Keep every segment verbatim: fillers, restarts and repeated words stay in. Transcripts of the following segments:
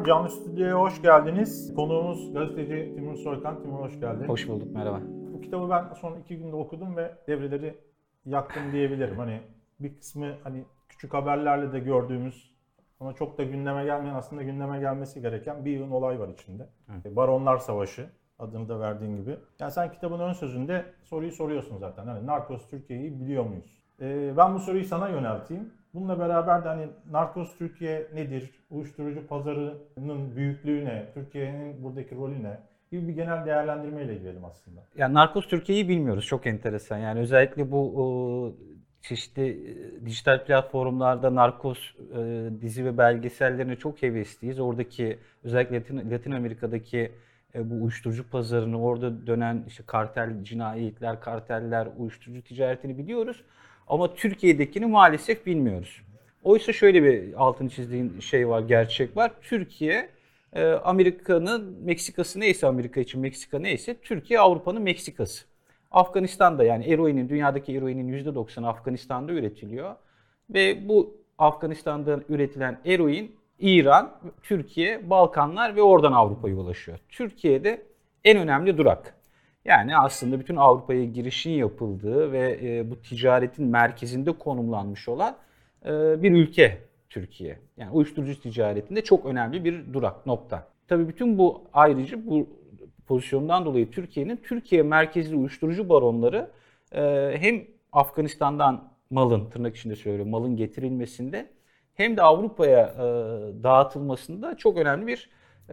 Canlı Stüdyo'ya hoş geldiniz. Konuğumuz gazeteci Timur Soykan. Timur hoş geldin. Hoş bulduk, merhaba. Bu kitabı ben son iki günde okudum ve devreleri yaktım diyebilirim. Hani bir kısmı hani küçük haberlerle de gördüğümüz ama çok da gündeme gelmeyen, aslında gündeme gelmesi gereken bir yığın olay var içinde. Evet. Baronlar Savaşı, adını da verdiğin gibi. Yani sen kitabın ön sözünde soruyu soruyorsun zaten. Hani Narcos Türkiye'yi biliyor muyuz? Ee, ben bu soruyu sana yönelteyim. Bununla beraber de hani Narcos Türkiye nedir? Uyuşturucu pazarının büyüklüğü ne? Türkiye'nin buradaki rolü ne? Gibi bir genel değerlendirmeyle girelim aslında. Yani Narcos Türkiye'yi bilmiyoruz. Çok enteresan. Yani özellikle bu o, çeşitli e, dijital platformlarda Narcos e, dizi ve belgesellerine çok hevesliyiz. Oradaki özellikle Latin, Latin Amerika'daki e, bu uyuşturucu pazarını, orada dönen işte kartel cinayetler, karteller, uyuşturucu ticaretini biliyoruz. Ama Türkiye'dekini maalesef bilmiyoruz. Oysa şöyle bir altını çizdiğin şey var, gerçek var. Türkiye Amerika'nın Meksikası neyse, Amerika için Meksika neyse, Türkiye Avrupa'nın Meksikası. Afganistan'da, yani eroinin, dünyadaki eroinin yüzde doksanı Afganistan'da üretiliyor. Ve bu Afganistan'da üretilen eroin İran, Türkiye, Balkanlar ve oradan Avrupa'ya ulaşıyor. Türkiye'de en önemli durak. Yani aslında bütün Avrupa'ya girişin yapıldığı ve bu ticaretin merkezinde konumlanmış olan bir ülke Türkiye. Yani uyuşturucu ticaretinde çok önemli bir durak, nokta. Tabii bütün bu ayrıca bu pozisyondan dolayı Türkiye'nin Türkiye merkezli uyuşturucu baronları hem Afganistan'dan malın, tırnak içinde söylüyorum, malın getirilmesinde hem de Avrupa'ya dağıtılmasında çok önemli bir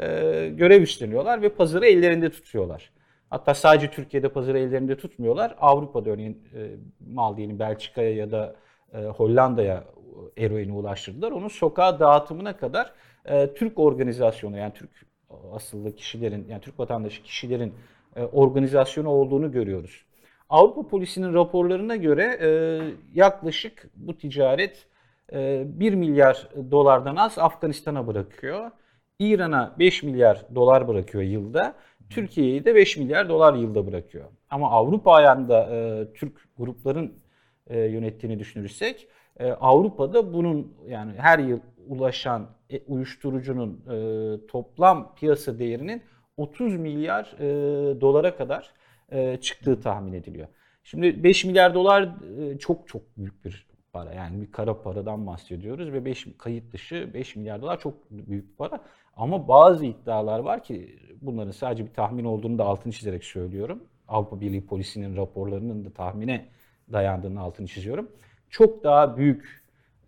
görev üstleniyorlar ve pazarı ellerinde tutuyorlar. Hatta sadece Türkiye'de pazarı ellerinde tutmuyorlar. Avrupa'da örneğin mal diyelim Belçika'ya ya da Hollanda'ya eroini ulaştırdılar. Onun sokağa dağıtımına kadar e, Türk organizasyonu, yani Türk asıllı kişilerin, yani Türk vatandaşı kişilerin e, organizasyonu olduğunu görüyoruz. Avrupa Polisi'nin raporlarına göre e, yaklaşık bu ticaret e, bir milyar dolardan az Afganistan'a bırakıyor. İran'a beş milyar dolar bırakıyor yılda. Türkiye'yi de beş milyar dolar yılda bırakıyor. Ama Avrupa ayağında e, Türk grupların e, yönettiğini düşünürsek, Avrupa'da bunun, yani her yıl ulaşan uyuşturucunun e, toplam piyasa değerinin otuz milyar e, dolara kadar e, çıktığı tahmin ediliyor. Şimdi beş milyar dolar e, çok çok büyük bir para. Yani bir kara paradan bahsediyoruz ve beş kayıt dışı beş milyar dolar çok büyük bir para. Ama bazı iddialar var ki bunların sadece bir tahmin olduğunu da altını çizerek söylüyorum. Avrupa Birliği Polisi'nin raporlarının da tahmine dayandığını altını çiziyorum. Çok daha büyük e,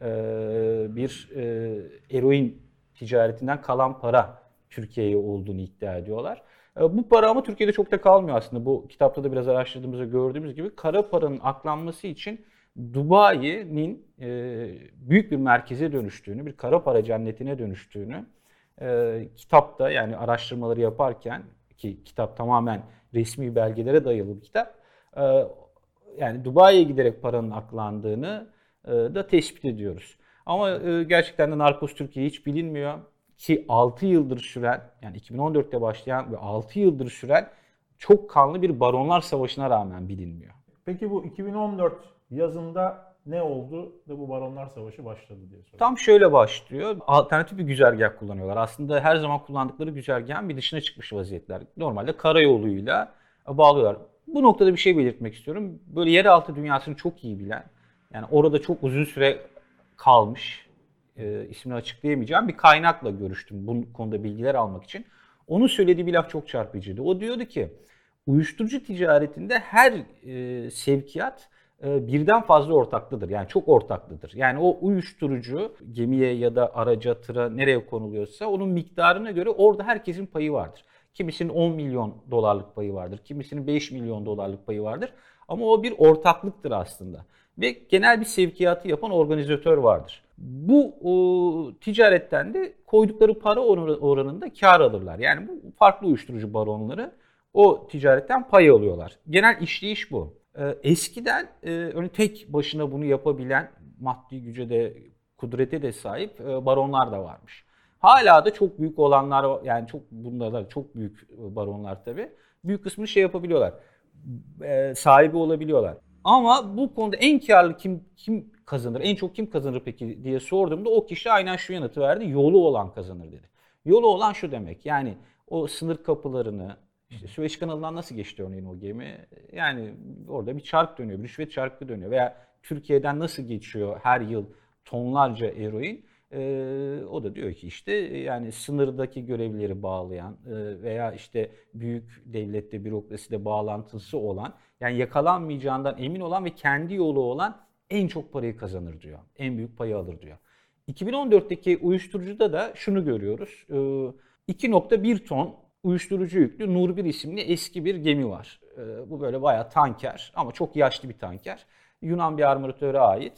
bir e, eroin ticaretinden kalan para Türkiye'ye olduğunu iddia ediyorlar. E, bu para ama Türkiye'de çok da kalmıyor aslında. Bu kitapta da biraz araştırdığımızda gördüğümüz gibi kara paranın aklanması için Dubai'nin e, büyük bir merkeze dönüştüğünü, bir kara para cennetine dönüştüğünü e, kitapta, yani araştırmaları yaparken, ki kitap tamamen resmi belgelere dayalı bir kitap, e, yani Dubai'ye giderek paranın aklandığını e, da tespit ediyoruz. Ama e, gerçekten de Narcos Türkiye hiç bilinmiyor ki altı yıldır süren, yani iki bin on dörtte başlayan ve altı yıldır süren çok kanlı bir baronlar savaşına rağmen bilinmiyor. Peki bu iki bin on dört yazında ne oldu da bu baronlar savaşı başladı diye soruyorum. Tam şöyle başlıyor. Alternatif bir güzergah kullanıyorlar. Aslında her zaman kullandıkları güzergahın bir dışına çıkmış vaziyetler. Normalde karayoluyla bağlıyorlar. Bu noktada bir şey belirtmek istiyorum. Böyle yeraltı dünyasını çok iyi bilen, yani orada çok uzun süre kalmış, e, ismini açıklayamayacağım bir kaynakla görüştüm bu konuda bilgiler almak için. Onun söylediği bir laf çok çarpıcıydı. O diyordu ki, uyuşturucu ticaretinde her e, sevkiyat e, birden fazla ortaklıdır. Yani çok ortaklıdır. Yani o uyuşturucu gemiye ya da araca, tıra nereye konuluyorsa onun miktarına göre orada herkesin payı vardır. Kimisinin on milyon dolarlık payı vardır, kimisinin beş milyon dolarlık payı vardır. Ama o bir ortaklıktır aslında. Ve genel bir sevkiyatı yapan organizatör vardır. Bu o, ticaretten de koydukları para oranında kar alırlar. Yani bu farklı uyuşturucu baronları o ticaretten pay alıyorlar. Genel işleyiş bu. Ee, eskiden e, örneğin tek başına bunu yapabilen, maddi güce de kudrete de sahip e, baronlar da varmış. Hala da çok büyük olanlar, yani çok bunda da çok büyük baronlar tabii. Büyük kısmını şey yapabiliyorlar. E, sahibi olabiliyorlar. Ama bu konuda en karlı kim kim kazanır? En çok kim kazanır peki diye sorduğumda o kişi aynen şu yanıtı verdi. Yolu olan kazanır dedi. Yolu olan şu demek. Yani o sınır kapılarını, işte Süveyş kanalından nasıl geçti örneğin o gemi? Yani orada bir çark dönüyor, bir rüşvet çarkı dönüyor. Veya Türkiye'den nasıl geçiyor her yıl tonlarca eroin? Ee, o da diyor ki işte yani sınırdaki görevlileri bağlayan e, veya işte büyük devlette, bürokraside bağlantısı olan, yani yakalanmayacağından emin olan ve kendi yolu olan en çok parayı kazanır diyor. En büyük payı alır diyor. iki bin on dörtteki uyuşturucuda da şunu görüyoruz. Ee, iki nokta bir ton uyuşturucu yüklü Nur bir isimli eski bir gemi var. Ee, bu böyle bayağı tanker ama çok yaşlı bir tanker. Yunan bir armatöre ait.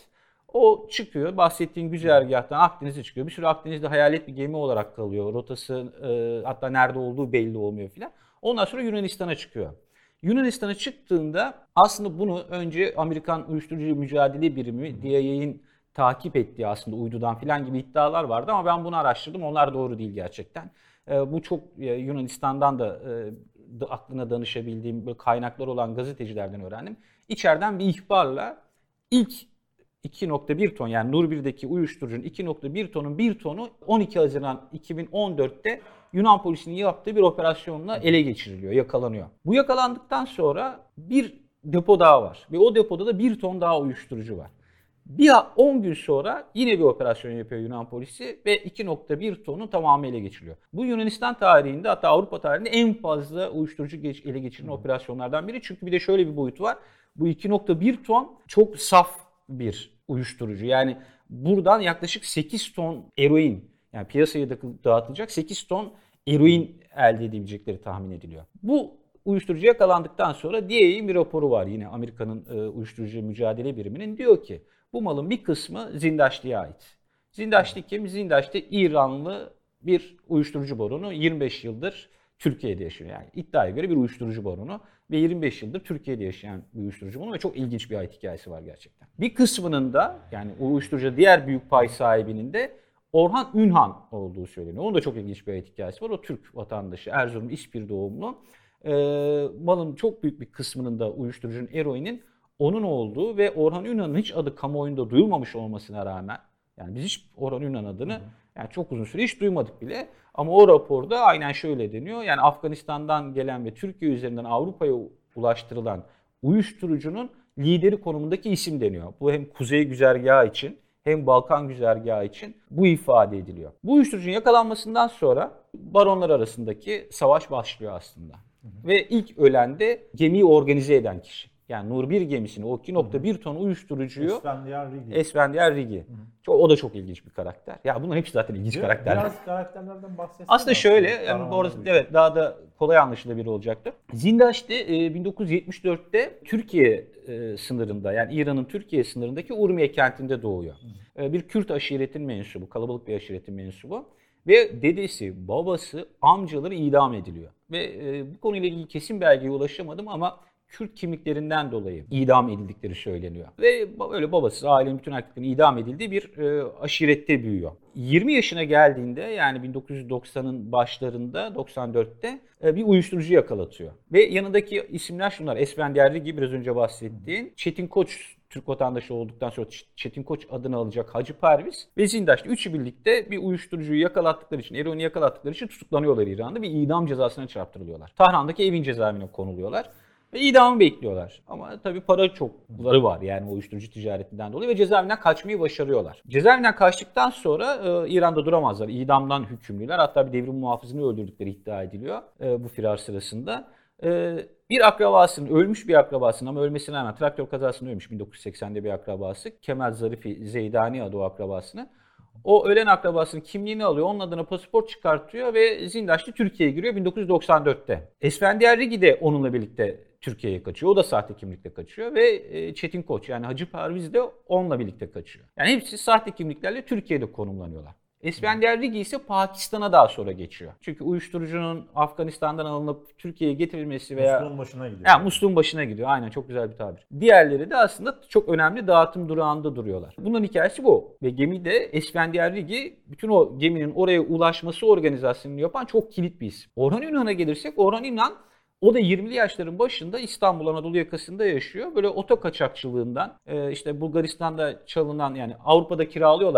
O çıkıyor, bahsettiğin güzergahtan Akdeniz'e çıkıyor. Bir süre Akdeniz'de hayalet bir gemi olarak kalıyor. Rotası e, hatta nerede olduğu belli olmuyor filan. Ondan sonra Yunanistan'a çıkıyor. Yunanistan'a çıktığında aslında bunu önce Amerikan Uyuşturucu Mücadele Birimi, D I A'nin takip ettiği aslında uydudan filan gibi iddialar vardı ama ben bunu araştırdım. Onlar doğru değil gerçekten. E, bu çok e, Yunanistan'dan da e, aklına danışabildiğim böyle kaynaklar olan gazetecilerden öğrendim. İçeriden bir ihbarla ilk iki nokta bir ton, yani Nur birdeki uyuşturucunun iki nokta bir tonun bir tonu on iki Haziran iki bin on dörtte Yunan polisinin yaptığı bir operasyonla ele geçiriliyor, yakalanıyor. Bu yakalandıktan sonra bir depo daha var ve o depoda da bir ton daha uyuşturucu var. Bir on gün sonra yine bir operasyon yapıyor Yunan polisi ve iki nokta bir tonu tamamı ele geçiriliyor. Bu Yunanistan tarihinde, hatta Avrupa tarihinde en fazla uyuşturucu ele geçirilen operasyonlardan biri. Çünkü bir de şöyle bir boyutu var. Bu iki nokta bir ton çok saf bir uyuşturucu. Yani buradan yaklaşık sekiz ton eroin, yani piyasaya dağıtılacak sekiz ton eroin elde edebilecekleri tahmin ediliyor. Bu uyuşturucu yakalandıktan sonra D I A'nin bir raporu var, yine Amerika'nın e, uyuşturucu mücadele biriminin, diyor ki bu malın bir kısmı Zindaşti'ye ait. Zindaşti kim? Zindaşti İranlı bir uyuşturucu baronu, yirmi beş yıldır Türkiye'de yaşıyor. Yani iddiaya göre bir uyuşturucu baronu ve yirmi beş yıldır Türkiye'de yaşayan bir uyuşturucu baronu ve çok ilginç bir hayat hikayesi var gerçekten. Bir kısmının da, yani o uyuşturucu diğer büyük pay sahibinin de Orhan Ünhan olduğu söyleniyor. Onun da çok ilginç bir hayat hikayesi var. O Türk vatandaşı, Erzurum İspir doğumlu. E, malın çok büyük bir kısmının da uyuşturucunun, eroinin onun olduğu ve Orhan Ünal'ın hiç adı kamuoyunda duyulmamış olmasına rağmen, yani biz hiç Orhan Ünal adını, hı hı, yani çok uzun süre hiç duymadık bile, ama o raporda aynen şöyle deniyor. Yani Afganistan'dan gelen ve Türkiye üzerinden Avrupa'ya ulaştırılan uyuşturucunun lideri konumundaki isim deniyor. Bu hem Kuzey güzergahı için hem Balkan güzergahı için bu ifade ediliyor. Bu uyuşturucunun yakalanmasından sonra baronlar arasındaki savaş başlıyor aslında. Hı hı. Ve ilk ölen de gemiyi organize eden kişi. Yani Nur bir gemisini, o iki nokta bir ton uyuşturucuyu, Esfendiyar Rigi. Esfendiyar Rigi. Çok, o da çok ilginç bir karakter. Ya bunların hepsi zaten ilginç Değil karakterler. Biraz karakterlerden bahsetsene. Aslında şöyle, yani bu arada, evet, daha da kolay anlaşılabilir olacaktır. Zindaşti bin dokuz yüz yetmiş dörtte Türkiye sınırında, yani İran'ın Türkiye sınırındaki Urmiye kentinde doğuyor. Hı. Bir Kürt aşiretin mensubu, kalabalık bir aşiretin mensubu. Ve dedesi, babası, amcaları idam ediliyor. Ve bu konuyla ilgili kesin belgeye ulaşamadım ama Kürt kimliklerinden dolayı idam edildikleri söyleniyor. Ve öyle babası, ailenin bütün erkeklerin idam edildiği bir e, aşirette büyüyor. yirmi yaşına geldiğinde, yani bin dokuz yüz doksanın başlarında, doksan dörtte e, bir uyuşturucu yakalatıyor. Ve yanındaki isimler şunlar: Esfendiyar Rigi, biraz önce bahsettiğin, Çetin Koç, Türk vatandaşı olduktan sonra Çetin Koç adını alacak Hacı Perviz ve Zindaşti. Üçü birlikte bir uyuşturucuyu yakalattıkları için, eroini yakalattıkları için tutuklanıyorlar İran'da ve idam cezasına çarptırılıyorlar. Tahran'daki Evin cezaevine konuluyorlar. Ve idamı bekliyorlar. Ama tabii para çokları var, yani o uyuşturucu ticaretinden dolayı, ve cezaevinden kaçmayı başarıyorlar. Cezaevinden kaçtıktan sonra e, İran'da duramazlar. İdamdan hükümlüler. Hatta bir devrim muhafızını öldürdükleri iddia ediliyor e, bu firar sırasında. E, bir akrabasının, ölmüş bir akrabasının, ama ölmesine rağmen traktör kazasında ölmüş bin dokuz yüz seksende bir akrabası. Kemal Zarifi Zeydani adı o akrabasını. O ölen akrabasının kimliğini alıyor, onun adına pasaport çıkartıyor ve Zindaşti Türkiye'ye giriyor bin dokuz yüz doksan dörtte. Esfendiyar Rigi de onunla birlikte Türkiye'ye kaçıyor. O da sahte kimlikle kaçıyor ve Çetin Koç, yani Hacı Perviz de onunla birlikte kaçıyor. Yani hepsi sahte kimliklerle Türkiye'de konumlanıyorlar. Esfendiyar Rigi ise Pakistan'a daha sonra geçiyor. Çünkü uyuşturucunun Afganistan'dan alınıp Türkiye'ye getirilmesi veya... Musluğun başına gidiyor. Yani musluğun başına gidiyor. Aynen, çok güzel bir tabir. Diğerleri de aslında çok önemli dağıtım durağında duruyorlar. Bunların hikayesi bu. Ve gemide Esfendiyar Rigi, bütün o geminin oraya ulaşması organizasyonunu yapan çok kilit bir isim. Orhan Ünal'a gelirsek, Orhan Ünal, o da yirmili yaşların başında İstanbul Anadolu yakasında yaşıyor. Böyle oto kaçakçılığından, işte Bulgaristan'da çalınan, yani Avrupa'da kiralıyorlar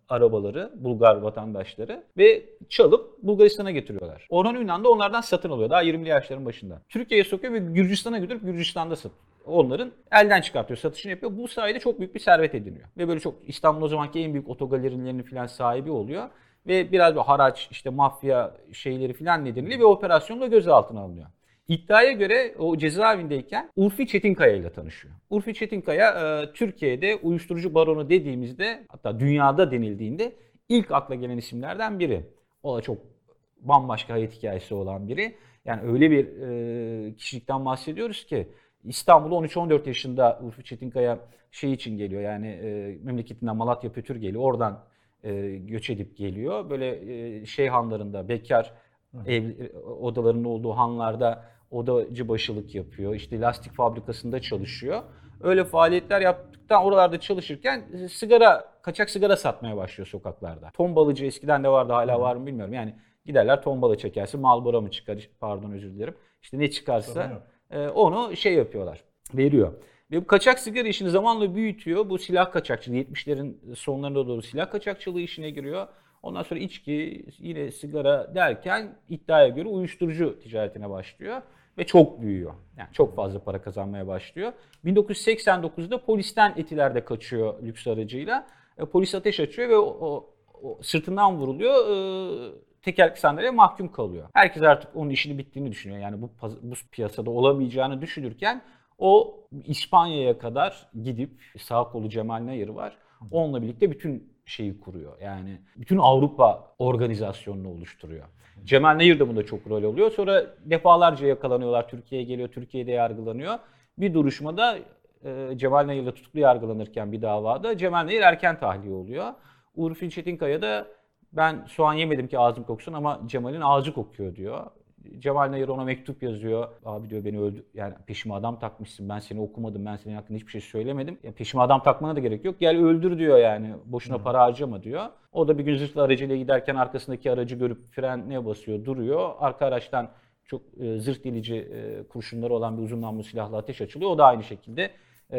arabaları, Bulgar vatandaşları ve çalıp Bulgaristan'a getiriyorlar. Orhan Ünal da onlardan satın alıyor daha yirmili yaşların başında. Türkiye'ye sokuyor ve Gürcistan'a götürüp Gürcistan'da satıyor. Onların elden çıkartıyor, satışını yapıyor. Bu sayede çok büyük bir servet ediniyor. Ve böyle çok İstanbul o zamanki en büyük otogalerilerinin falan sahibi oluyor. Ve biraz bir haraç, işte mafya şeyleri falan nedeniyle bir operasyonla gözaltına alınıyor. İddiaya göre o cezaevindeyken Urfi Çetinkaya ile tanışıyor. Urfi Çetinkaya e, Türkiye'de uyuşturucu baronu dediğimizde, hatta dünyada denildiğinde ilk akla gelen isimlerden biri. O da çok bambaşka hayat hikayesi olan biri. Yani öyle bir e, kişilikten bahsediyoruz ki İstanbul'a on üç on dört yaşında Urfi Çetinkaya şey için geliyor. Yani e, memleketinden Malatya Pötür geliyor. Oradan e, göç edip geliyor. Böyle e, şey hanlarında bekar ev odalarının olduğu hanlarda odacı başılık yapıyor. İşte lastik fabrikasında çalışıyor. Öyle faaliyetler yaptıktan oralarda çalışırken sigara, kaçak sigara satmaya başlıyor sokaklarda. Tombalıcı eskiden de vardı, hala var mı bilmiyorum. Yani giderler tombala çekersin, Marlboro mu çıkar, pardon özür dilerim. İşte ne çıkarsa e, onu şey yapıyorlar, veriyor. Ve bu kaçak sigara işini zamanla büyütüyor. Bu silah kaçakçılığı, yetmişlerin sonlarına doğru silah kaçakçılığı işine giriyor. Ondan sonra içki, yine sigara derken iddiaya göre uyuşturucu ticaretine başlıyor. Ve çok büyüyor. Yani çok fazla para kazanmaya başlıyor. bin dokuz yüz seksen dokuzda polisten Etiler'de kaçıyor lüks aracıyla. E, polis ateş açıyor ve o, o, o sırtından vuruluyor. E, tekerlekli sandalyeye mahkum kalıyor. Herkes artık onun işini bittiğini düşünüyor. Yani bu, bu piyasada olamayacağını düşünürken o İspanya'ya kadar gidip, sağ kolu Cemal Nayır var. Onunla birlikte bütün şeyi kuruyor. Yani bütün Avrupa organizasyonunu oluşturuyor. Cemal Nayır da bunda çok rol alıyor. Sonra defalarca yakalanıyorlar. Türkiye'ye geliyor. Türkiye'de yargılanıyor. Bir duruşmada e, Cemal Nayır'la tutuklu yargılanırken bir davada Cemal Nayır erken tahliye oluyor. Urfi Çetinkaya da ben soğan yemedim ki ağzım koksun ama Cemal'in ağzı kokuyor diyor. Cemal Nayır ona mektup yazıyor. Abi diyor, beni öldü, yani peşime adam takmışsın. Ben seni okumadım. Ben senin hakkında hiçbir şey söylemedim. Ya peşime adam takmana da gerek yok. Gel öldür diyor yani. Boşuna hmm. para harcama diyor. O da bir gün zırhlı aracıyla giderken arkasındaki aracı görüp frenine basıyor, duruyor. Arka araçtan çok e, zırh delici e, kurşunları olan bir uzun namlulu silahla ateş açılıyor. O da aynı şekilde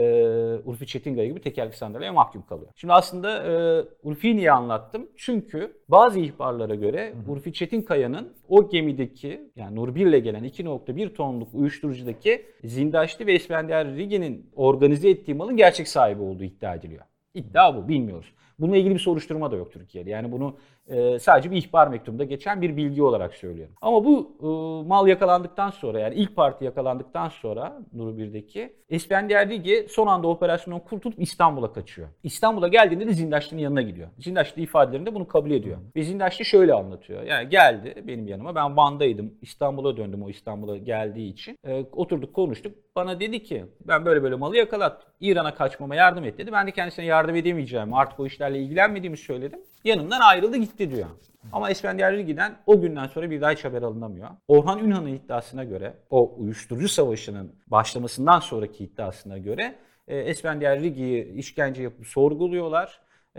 e, Urfi Çetinkaya gibi tekerlekli sandalyeye mahkum kalıyor. Şimdi aslında e, Urfi'yi niye anlattım? Çünkü bazı ihbarlara göre hı hı. Urfi Çetinkaya'nın o gemideki, yani Nur bir ile gelen iki nokta bir tonluk uyuşturucudaki Zindaşlı ve Esfendiyar Rigi'nin organize ettiği malın gerçek sahibi olduğu iddia ediliyor. İddia bu, bilmiyoruz. Bununla ilgili bir soruşturma da yok Türkiye'de. Yani bunu e, sadece bir ihbar mektubunda geçen bir bilgi olarak söylüyorum. Ama bu e, mal yakalandıktan sonra, yani ilk parti yakalandıktan sonra Nur birdeki Esfendiyar Rigi son anda operasyondan kurtulup İstanbul'a kaçıyor. İstanbul'a geldiğinde de Zindaşlı'nın yanına gidiyor. Zindaşlı ifadelerinde bunu kabul ediyor. Hı. Ve Zindaşlı şöyle anlatıyor. Yani geldi benim yanıma. Ben Van'daydım. İstanbul'a döndüm o İstanbul'a geldiği için. E, oturduk, konuştuk. Bana dedi ki ben böyle böyle malı yakalattım. İran'a kaçmama yardım et dedi. Ben de kendisine yardım edemeyeceğim, artık o işlerle ilgilenmediğimi söyledim. Yanımdan ayrıldı gitti diyor. Ama Esfendiyar Rigi'den o günden sonra bir daha hiç haber alınamıyor. Orhan Ünal'ın iddiasına göre, o uyuşturucu savaşının başlamasından sonraki iddiasına göre Esfendiyar Rigi'yi işkence yapıp sorguluyorlar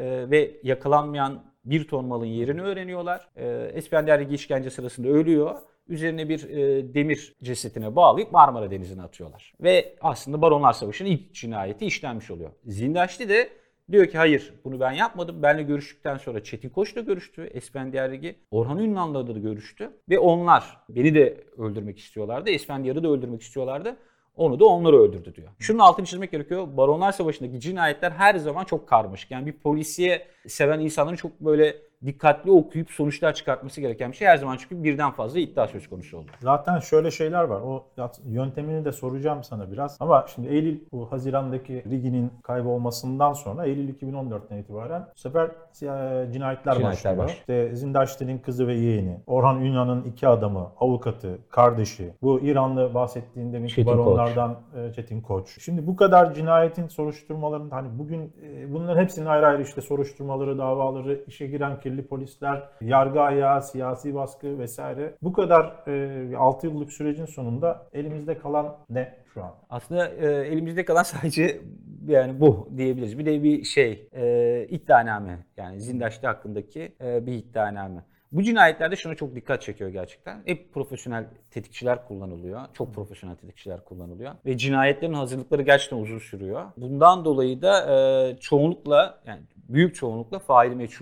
ve yakalanmayan bir ton malın yerini öğreniyorlar. Esfendiyar Rigi işkence sırasında ölüyor. Üzerine bir e, demir cesetine bağlayıp Marmara Denizi'ne atıyorlar. Ve aslında Baronlar Savaşı'nın ilk cinayeti işlenmiş oluyor. Zindaşlı de diyor ki hayır, bunu ben yapmadım. Benle görüştükten sonra Çetin Koç'la görüştü, Esfendiyar Rigi. Orhan Ünal'la da görüştü. Ve onlar beni de öldürmek istiyorlardı. Esfendiyar'ı da öldürmek istiyorlardı. Onu da onları öldürdü diyor. Şunun altını çizmek gerekiyor. Baronlar Savaşı'ndaki cinayetler her zaman çok karmaşık. Yani bir polisiye seven insanların çok böyle dikkatli okuyup sonuçlar çıkartması gereken bir şey. Her zaman çünkü birden fazla iddia söz konusu oluyor. Zaten şöyle şeyler var. O yöntemini de soracağım sana biraz. Ama şimdi Eylül, bu Haziran'daki Rigi'nin kaybolmasından sonra Eylül iki bin on dörtten itibaren bu sefer cinayetler, cinayetler başlıyor. Baş. İşte Zindaşlı'nın kızı ve yeğeni, Orhan Ünal'ın iki adamı, avukatı, kardeşi, bu İranlı bahsettiğin deminki baronlardan Koç. Çetin Koç. Şimdi bu kadar cinayetin soruşturmalarında hani bugün bunların hepsinin ayrı ayrı işte soruşturmaları, davaları, işe giren kirli polisler, yargı ayağı, siyasi baskı vesaire. Bu kadar e, altı yıllık sürecin sonunda elimizde kalan ne şu an? Aslında e, elimizde kalan sadece yani bu diyebiliriz. Bir de bir şey, e, iddianame, yani Zindaşlı hakkındaki e, bir iddianame. Bu cinayetlerde şuna çok dikkat çekiyor gerçekten. Hep profesyonel tetikçiler kullanılıyor. Çok profesyonel tetikçiler kullanılıyor. Ve cinayetlerin hazırlıkları gerçekten uzun sürüyor. Bundan dolayı da e, çoğunlukla, yani büyük çoğunlukla faili meçhul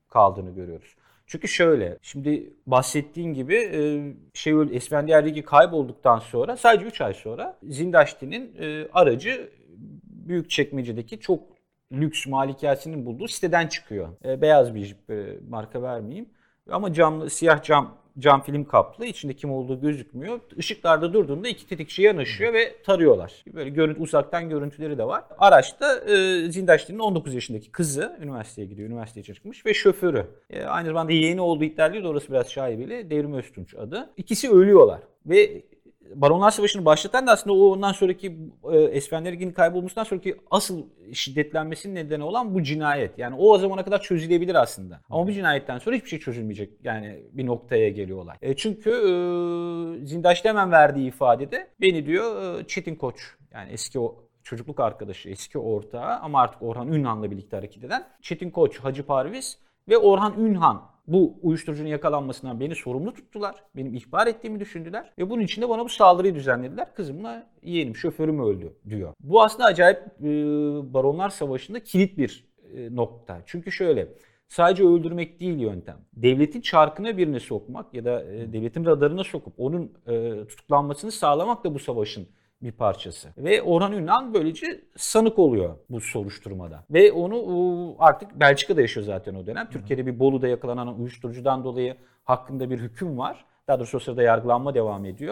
kaldığını görüyoruz. Çünkü şöyle, şimdi bahsettiğin gibi e, şey Esfandiyer Ligi kaybolduktan sonra sadece üç ay sonra Zindaşti'nin e, aracı Büyükçekmece'deki çok lüks malikasının bulduğu siteden çıkıyor. E, beyaz bir jip, e, marka vermeyeyim. Ama camlı, siyah cam cam film kaplı, içinde kim olduğu gözükmüyor. Işıklarda durduğunda iki tetikçi yanaşıyor ve tarıyorlar. Böyle görüntü, uzaktan görüntüleri de var. Araçta e, Zindaşti'nin on dokuz yaşındaki kızı, üniversiteye gidiyor, üniversiteye çıkmış ve şoförü. E, aynı zamanda yeğeni olduğu iddia ediliyor, orası biraz şaibeli. Devrim Öztunç adı. İkisi ölüyorlar ve Baronlar Savaşı'nı başlatan da aslında o ondan sonraki e, Esfandiyer Ligi'nin kaybolmasından sonraki asıl şiddetlenmesinin nedeni olan bu cinayet. Yani o, o zamana kadar çözülebilir aslında. Ama bu cinayetten sonra hiçbir şey çözülmeyecek. Yani bir noktaya geliyor olay. E, çünkü e, Zindaş'ta hemen verdiği ifadede beni diyor e, Çetin Koç, yani eski o çocukluk arkadaşı, eski ortağı ama artık Orhan Ünhan'la birlikte hareket eden Çetin Koç, Hacı Parviz ve Orhan Ünhan bu uyuşturucunun yakalanmasından beni sorumlu tuttular. Benim ihbar ettiğimi düşündüler. Ve bunun için de bana bu saldırıyı düzenlediler. Kızımla yeğenim, şoförüm öldü diyor. Bu aslında acayip e, Baronlar Savaşı'nda kilit bir e, nokta. Çünkü şöyle, sadece öldürmek değil yöntem. Devletin çarkına birini sokmak ya da e, devletin radarına sokup onun e, tutuklanmasını sağlamak da bu savaşın bir parçası. Ve Orhan Ünhan böylece sanık oluyor bu soruşturmada. Ve onu artık Belçika'da yaşıyor zaten o dönem. Türkiye'de bir Bolu'da yakalanan uyuşturucudan dolayı hakkında bir hüküm var. Daha doğrusu o sırada yargılanma devam ediyor.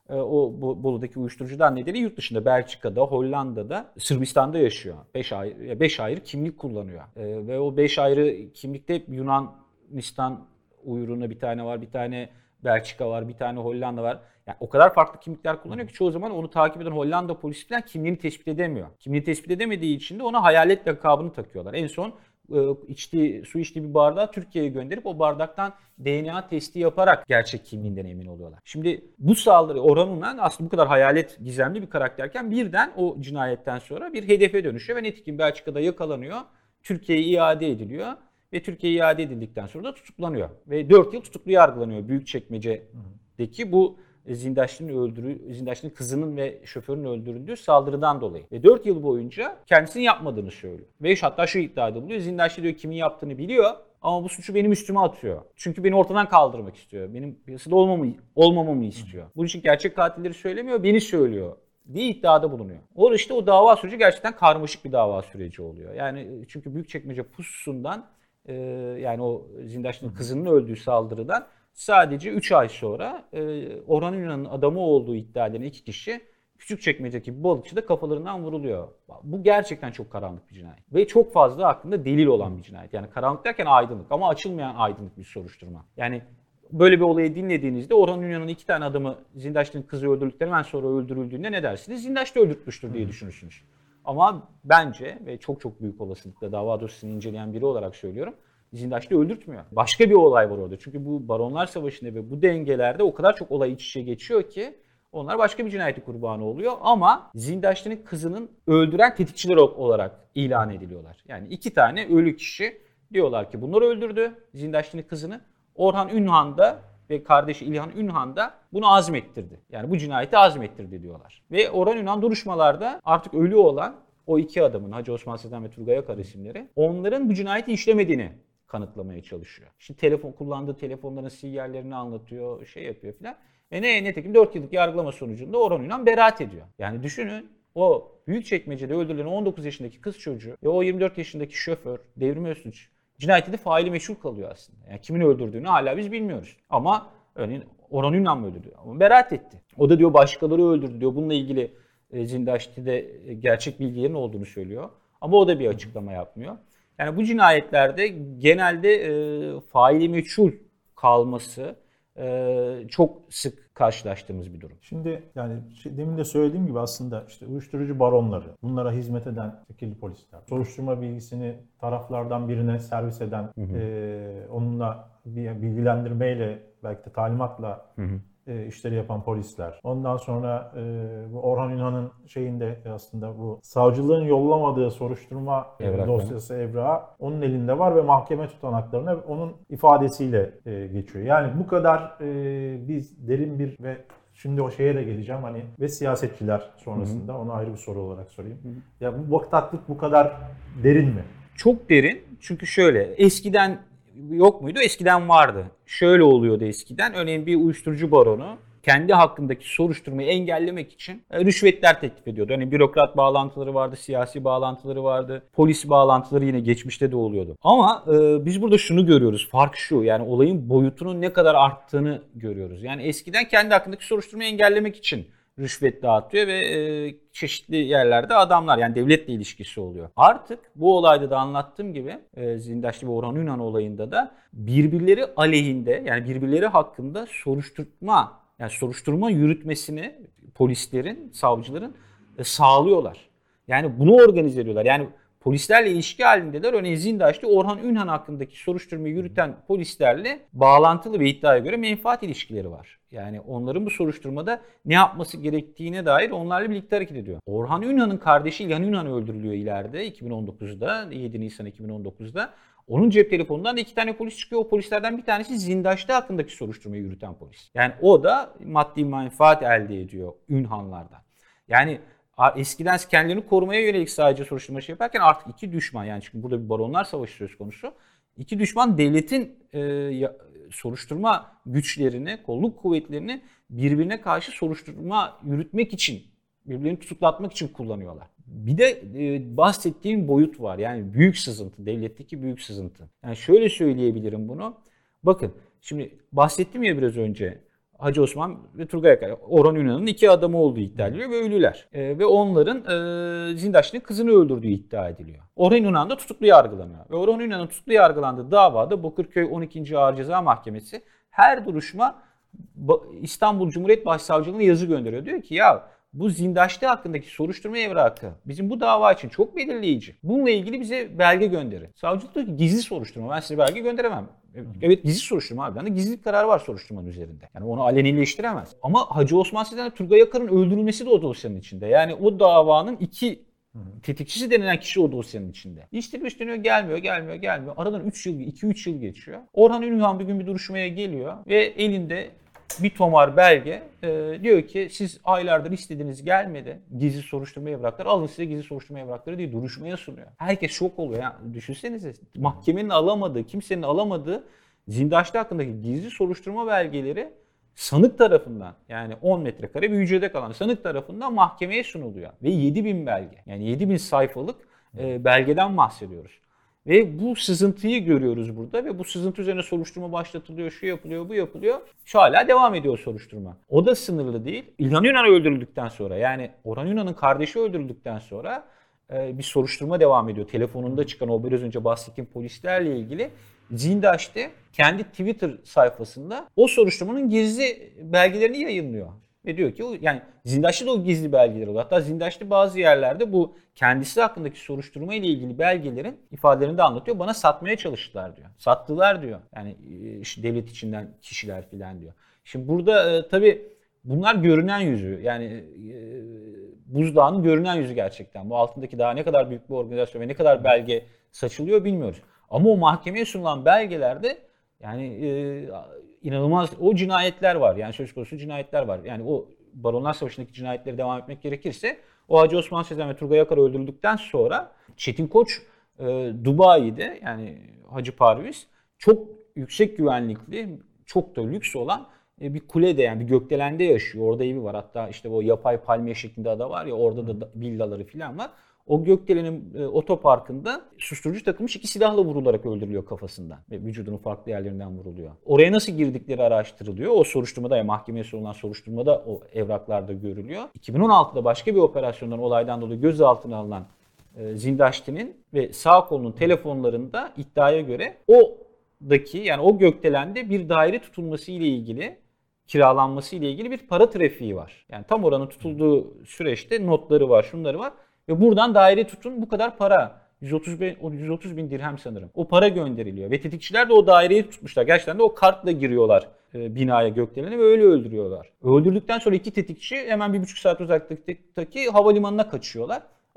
O Bolu'daki uyuşturucudan nedeni yurt dışında, Belçika'da, Hollanda'da, Sırbistan'da yaşıyor. Beş ayrı, beş ayrı kimlik kullanıyor. Ve o beş ayrı kimlikte hep Yunanistan uyruna bir tane var, bir tane Belçika var, bir tane Hollanda var. Yani o kadar farklı kimlikler kullanıyor ki çoğu zaman onu takip eden Hollanda polisi falan kimliğini tespit edemiyor. Kimliğini tespit edemediği için de ona hayalet lakabını takıyorlar. En son içtiği, su içtiği bir bardağı Türkiye'ye gönderip o bardaktan D N A testi yaparak gerçek kimliğinden emin oluyorlar. Şimdi bu saldırı, Orhan Ünhan aslında bu kadar hayalet, gizemli bir karakterken birden o cinayetten sonra bir hedefe dönüşüyor ve nitekim Belçika'da yakalanıyor, Türkiye'ye iade ediliyor. Ve Türkiye'ye iade edildikten sonra da tutuklanıyor. Ve dört yıl tutuklu yargılanıyor Büyükçekmece'deki bu Zindaşti'nin öldürü, Zindaşti'nin kızının ve şoförünün öldürüldüğü saldırıdan dolayı. Ve dört yıl boyunca kendisinin yapmadığını söylüyor. Ve hatta şu iddiada buluyor. Zindaşti diyor kimin yaptığını biliyor ama bu suçu benim üstüme atıyor. Çünkü beni ortadan kaldırmak istiyor. Benim piyasada olmamamı, olmamamı istiyor. Bunun için gerçek katilleri söylemiyor, beni söylüyor diye iddiada bulunuyor. O işte o dava süreci gerçekten karmaşık bir dava süreci oluyor. Yani çünkü Büyükçekmece pususundan, e, yani o Zindaşti'nin kızının öldüğü saldırıdan sadece üç ay sonra e, Orhan Ünhan'ın adamı olduğu iddia edilen iki kişi Küçükçekmece'deki bir balıkçıda kafalarından vuruluyor. Bu gerçekten çok karanlık bir cinayet. Ve çok fazla hakkında delil olan bir cinayet. Yani karanlık derken aydınlık ama açılmayan aydınlık bir soruşturma. Yani böyle bir olayı dinlediğinizde Orhan Ünhan'ın iki tane adamı Zindaşti'nin kızı öldürdükten hemen sonra öldürüldüğünde ne dersiniz? Zindaşti öldürtmüştür diye düşünürsünüz. Ama bence ve çok çok büyük olasılıkla dava dosyasını inceleyen biri olarak söylüyorum, Zindaşti öldürtmüyor. Başka bir olay var orada. Çünkü bu Baronlar Savaşı'nda ve bu dengelerde o kadar çok olay iç içe geçiyor ki onlar başka bir cinayeti kurbanı oluyor ama Zindaşti'nin kızının öldüren tetikçiler olarak ilan ediliyorlar. Yani iki tane ölü kişi diyorlar ki bunlar öldürdü Zindaşti'nin kızını. Orhan Ünhan da ve kardeşi İlhan Ünhan da bunu azmettirdi. Yani bu cinayeti azmettirdi diyorlar. Ve Orhan Ünhan duruşmalarda artık ölü olan o iki adamın, Hacı Osman Sezen ve Turgay Akar isimleri, onların bu cinayeti işlemediğini kanıtlamaya çalışıyor. Şimdi telefon kullandığı telefonların sinyallerini anlatıyor, şey yapıyor filan. Ve ne netekim dört yıllık yargılama sonucunda Orhan Ünhan beraat ediyor. Yani düşünün, o Büyükçekmece'de öldürülen on dokuz yaşındaki kız çocuğu ve o yirmi dört yaşındaki şoför Devrim Öztunç cinayeti de faili meçhul kalıyor aslında. Yani kimin öldürdüğünü hala biz bilmiyoruz. Ama örneğin Orhan Ünhan mı öldürdü? Ama beraat etti. O da diyor başkaları öldürdü diyor. Bununla ilgili e, Zindaşti'de e, gerçek bilgilerin olduğunu söylüyor. Ama o da bir açıklama yapmıyor. Yani bu cinayetlerde genelde e, faili meçhul kalması e, çok sık karşılaştığımız bir durum. Şimdi yani demin de söylediğim gibi aslında işte uyuşturucu baronları, bunlara hizmet eden tekilli polisler, soruşturma bilgisini taraflardan birine servis eden, hı hı. E, onunla bir bilgilendirmeyle belki de talimatla hı hı. E, işleri yapan polisler. Ondan sonra e, bu Orhan Ünhan'ın şeyinde aslında bu savcılığın yollamadığı soruşturma Evrak dosyası mi? Evrağı onun elinde var ve mahkeme tutanaklarına onun ifadesiyle e, geçiyor. Yani bu kadar e, biz derin bir ve şimdi o şeye de geleceğim hani ve siyasetçiler sonrasında Hı-hı. onu ayrı bir soru olarak sorayım. Hı-hı. Ya bu bataklık bu kadar derin mi? Çok derin çünkü şöyle eskiden yok muydu? Eskiden vardı. Şöyle oluyordu eskiden. Örneğin bir uyuşturucu baronu kendi hakkındaki soruşturmayı engellemek için e, rüşvetler teklif ediyordu. Hani bürokrat bağlantıları vardı, siyasi bağlantıları vardı, polis bağlantıları yine geçmişte de oluyordu. Ama e, biz burada şunu görüyoruz. Fark şu, yani olayın boyutunun ne kadar arttığını görüyoruz. Yani eskiden kendi hakkındaki soruşturmayı engellemek için rüşvet dağıtıyor ve e, çeşitli yerlerde adamlar, yani devletle ilişkisi oluyor. Artık bu olayda da anlattığım gibi e, Zindaşlı ve Orhan Ünal olayında da birbirleri aleyhinde, yani birbirleri hakkında soruşturma, yani soruşturma yürütmesini polislerin, savcıların e, sağlıyorlar. Yani bunu organize ediyorlar. Yani polislerle ilişki halindeler. Örneğin Zindaşlı Orhan Ünal hakkındaki soruşturmayı yürüten polislerle bağlantılı ve iddiaya göre menfaat ilişkileri var. Yani onların bu soruşturmada ne yapması gerektiğine dair onlarla birlikte hareket ediyor. Orhan Ünal'ın kardeşi İlhan Ünal öldürülüyor ileride iki bin on dokuzda, yedi Nisan iki bin on dokuzda. Onun cep telefonundan da iki tane polis çıkıyor. O polislerden bir tanesi Zindaşlı hakkındaki soruşturmayı yürüten polis. Yani o da maddi menfaat elde ediyor Ünhanlardan. Yani eskiden kendilerini korumaya yönelik sadece soruşturma şey yaparken artık iki düşman, yani çünkü burada bir baronlar savaşı söz konusu. İki düşman devletin e, ya, soruşturma güçlerini, kolluk kuvvetlerini birbirine karşı soruşturma yürütmek için, birbirlerini tutuklatmak için kullanıyorlar. Bir de e, bahsettiğim boyut var. Yani büyük sızıntı, devletteki büyük sızıntı. Yani şöyle söyleyebilirim bunu. Bakın şimdi bahsettim ya biraz önce. Hacı Osman ve Turgay Akar, Orhan Ünal'ın iki adamı olduğu iddia ediliyor ve ölüler. E, ve onların e, Zindaşlı'nın kızını öldürdüğü iddia ediliyor. Orhan Ünal da tutuklu yargılanıyor. Ve Orhan Ünal'ın tutuklu yargılandığı davada Bakırköy on ikinci Ağır Ceza Mahkemesi her duruşma İstanbul Cumhuriyet Başsavcılığı'na yazı gönderiyor. Diyor ki ya bu Zindaşlı hakkındaki soruşturma evrakı bizim bu dava için çok belirleyici. Bununla ilgili bize belge gönderin. Savcılık diyor ki gizli soruşturma, ben size belge gönderemem. Evet, gizli soruşturma abi. Yani gizlilik kararı var soruşturmanın üzerinde. Yani onu alenileştiremez. Ama Hacı Osman Sezer'le Turgay Akar'ın öldürülmesi de o dosyanın içinde. Yani o davanın iki tetikçisi denilen kişi o dosyanın içinde. İşte üstleniyor, gelmiyor, gelmiyor, gelmiyor. Aradan üç yıl, iki üç yıl geçiyor. Orhan Ünal bir gün bir duruşmaya geliyor ve elinde bir tomar belge e, diyor ki siz aylardır istediğiniz gelmedi. Gizli soruşturma evrakları, alın size gizli soruşturma evrakları diye duruşmaya sunuyor. Herkes şok oluyor. Yani düşünsenize, mahkemenin alamadığı, kimsenin alamadığı Zindaşlı hakkındaki gizli soruşturma belgeleri sanık tarafından, yani on metrekare bir hücrede kalan sanık tarafından mahkemeye sunuluyor. Ve yedi bin belge, yani yedi bin sayfalık e, belgeden bahsediyoruz. Ve bu sızıntıyı görüyoruz burada ve bu sızıntı üzerine soruşturma başlatılıyor, şu yapılıyor, bu yapılıyor. Şu hala devam ediyor soruşturma. O da sınırlı değil. İlhan Ünal öldürüldükten sonra, yani Orhan Ünal'ın kardeşi öldürüldükten sonra e, bir soruşturma devam ediyor. Telefonunda çıkan o biraz önce bahsettiğim polislerle ilgili Zindaşlı kendi Twitter sayfasında o soruşturmanın gizli belgelerini yayınlıyor. Ve diyor ki yani Zindaşlı da o gizli belgeler oluyor. Hatta Zindaşlı bazı yerlerde bu kendisi hakkındaki soruşturma ile ilgili belgelerin ifadelerini de anlatıyor. Bana satmaya çalıştılar diyor. Sattılar diyor. Yani işte devlet içinden kişiler filan diyor. Şimdi burada e, tabii bunlar görünen yüzü. Yani e, buzdağının görünen yüzü gerçekten. Bu altındaki daha ne kadar büyük bir organizasyon ve ne kadar belge saçılıyor bilmiyoruz. Ama o mahkemeye sunulan belgelerde yani e, inanılmaz o cinayetler var. Yani söz konusu cinayetler var. Yani o Baronlar Savaşı'ndaki cinayetleri devam etmek gerekirse o Hacı Osman Sezer ve Turgay Akar öldürüldükten sonra Çetin Koç e, Dubai'de, yani Hacı Parviz çok yüksek güvenlikli, çok da lüks olan e, bir kulede, yani bir gökdelende yaşıyor. Orada evi var. Hatta işte o yapay palmiye şeklinde ada var ya, orada da villaları falan var. O gökdelenin e, otoparkında susturucu takılmış iki silahla vurularak öldürülüyor kafasından ve vücudunun farklı yerlerinden vuruluyor. Oraya nasıl girdikleri araştırılıyor. O soruşturmada, ya mahkemeye sunulan soruşturmada o evraklarda görülüyor. iki bin on altıda başka bir operasyondan, olaydan dolayı gözaltına alınan e, Zindaşlı'nın ve sağ kolunun telefonlarında iddiaya göre o'daki, yani o gökdelende bir daire tutulması ile ilgili, kiralanması ile ilgili bir para trafiği var. Yani tam oranın tutulduğu süreçte notları var, şunları var. Ve buradan daire tutun, bu kadar para. yüz otuz bin, yüz otuz bin dirhem sanırım. O para gönderiliyor. Ve tetikçiler de o daireyi tutmuşlar. Gerçekten de o kartla giriyorlar e, binaya, gökdelene ve öyle öldürüyorlar. Öldürdükten sonra iki tetikçi hemen bir buçuk saat uzaklıktaki havalimanına kaçıyorlar.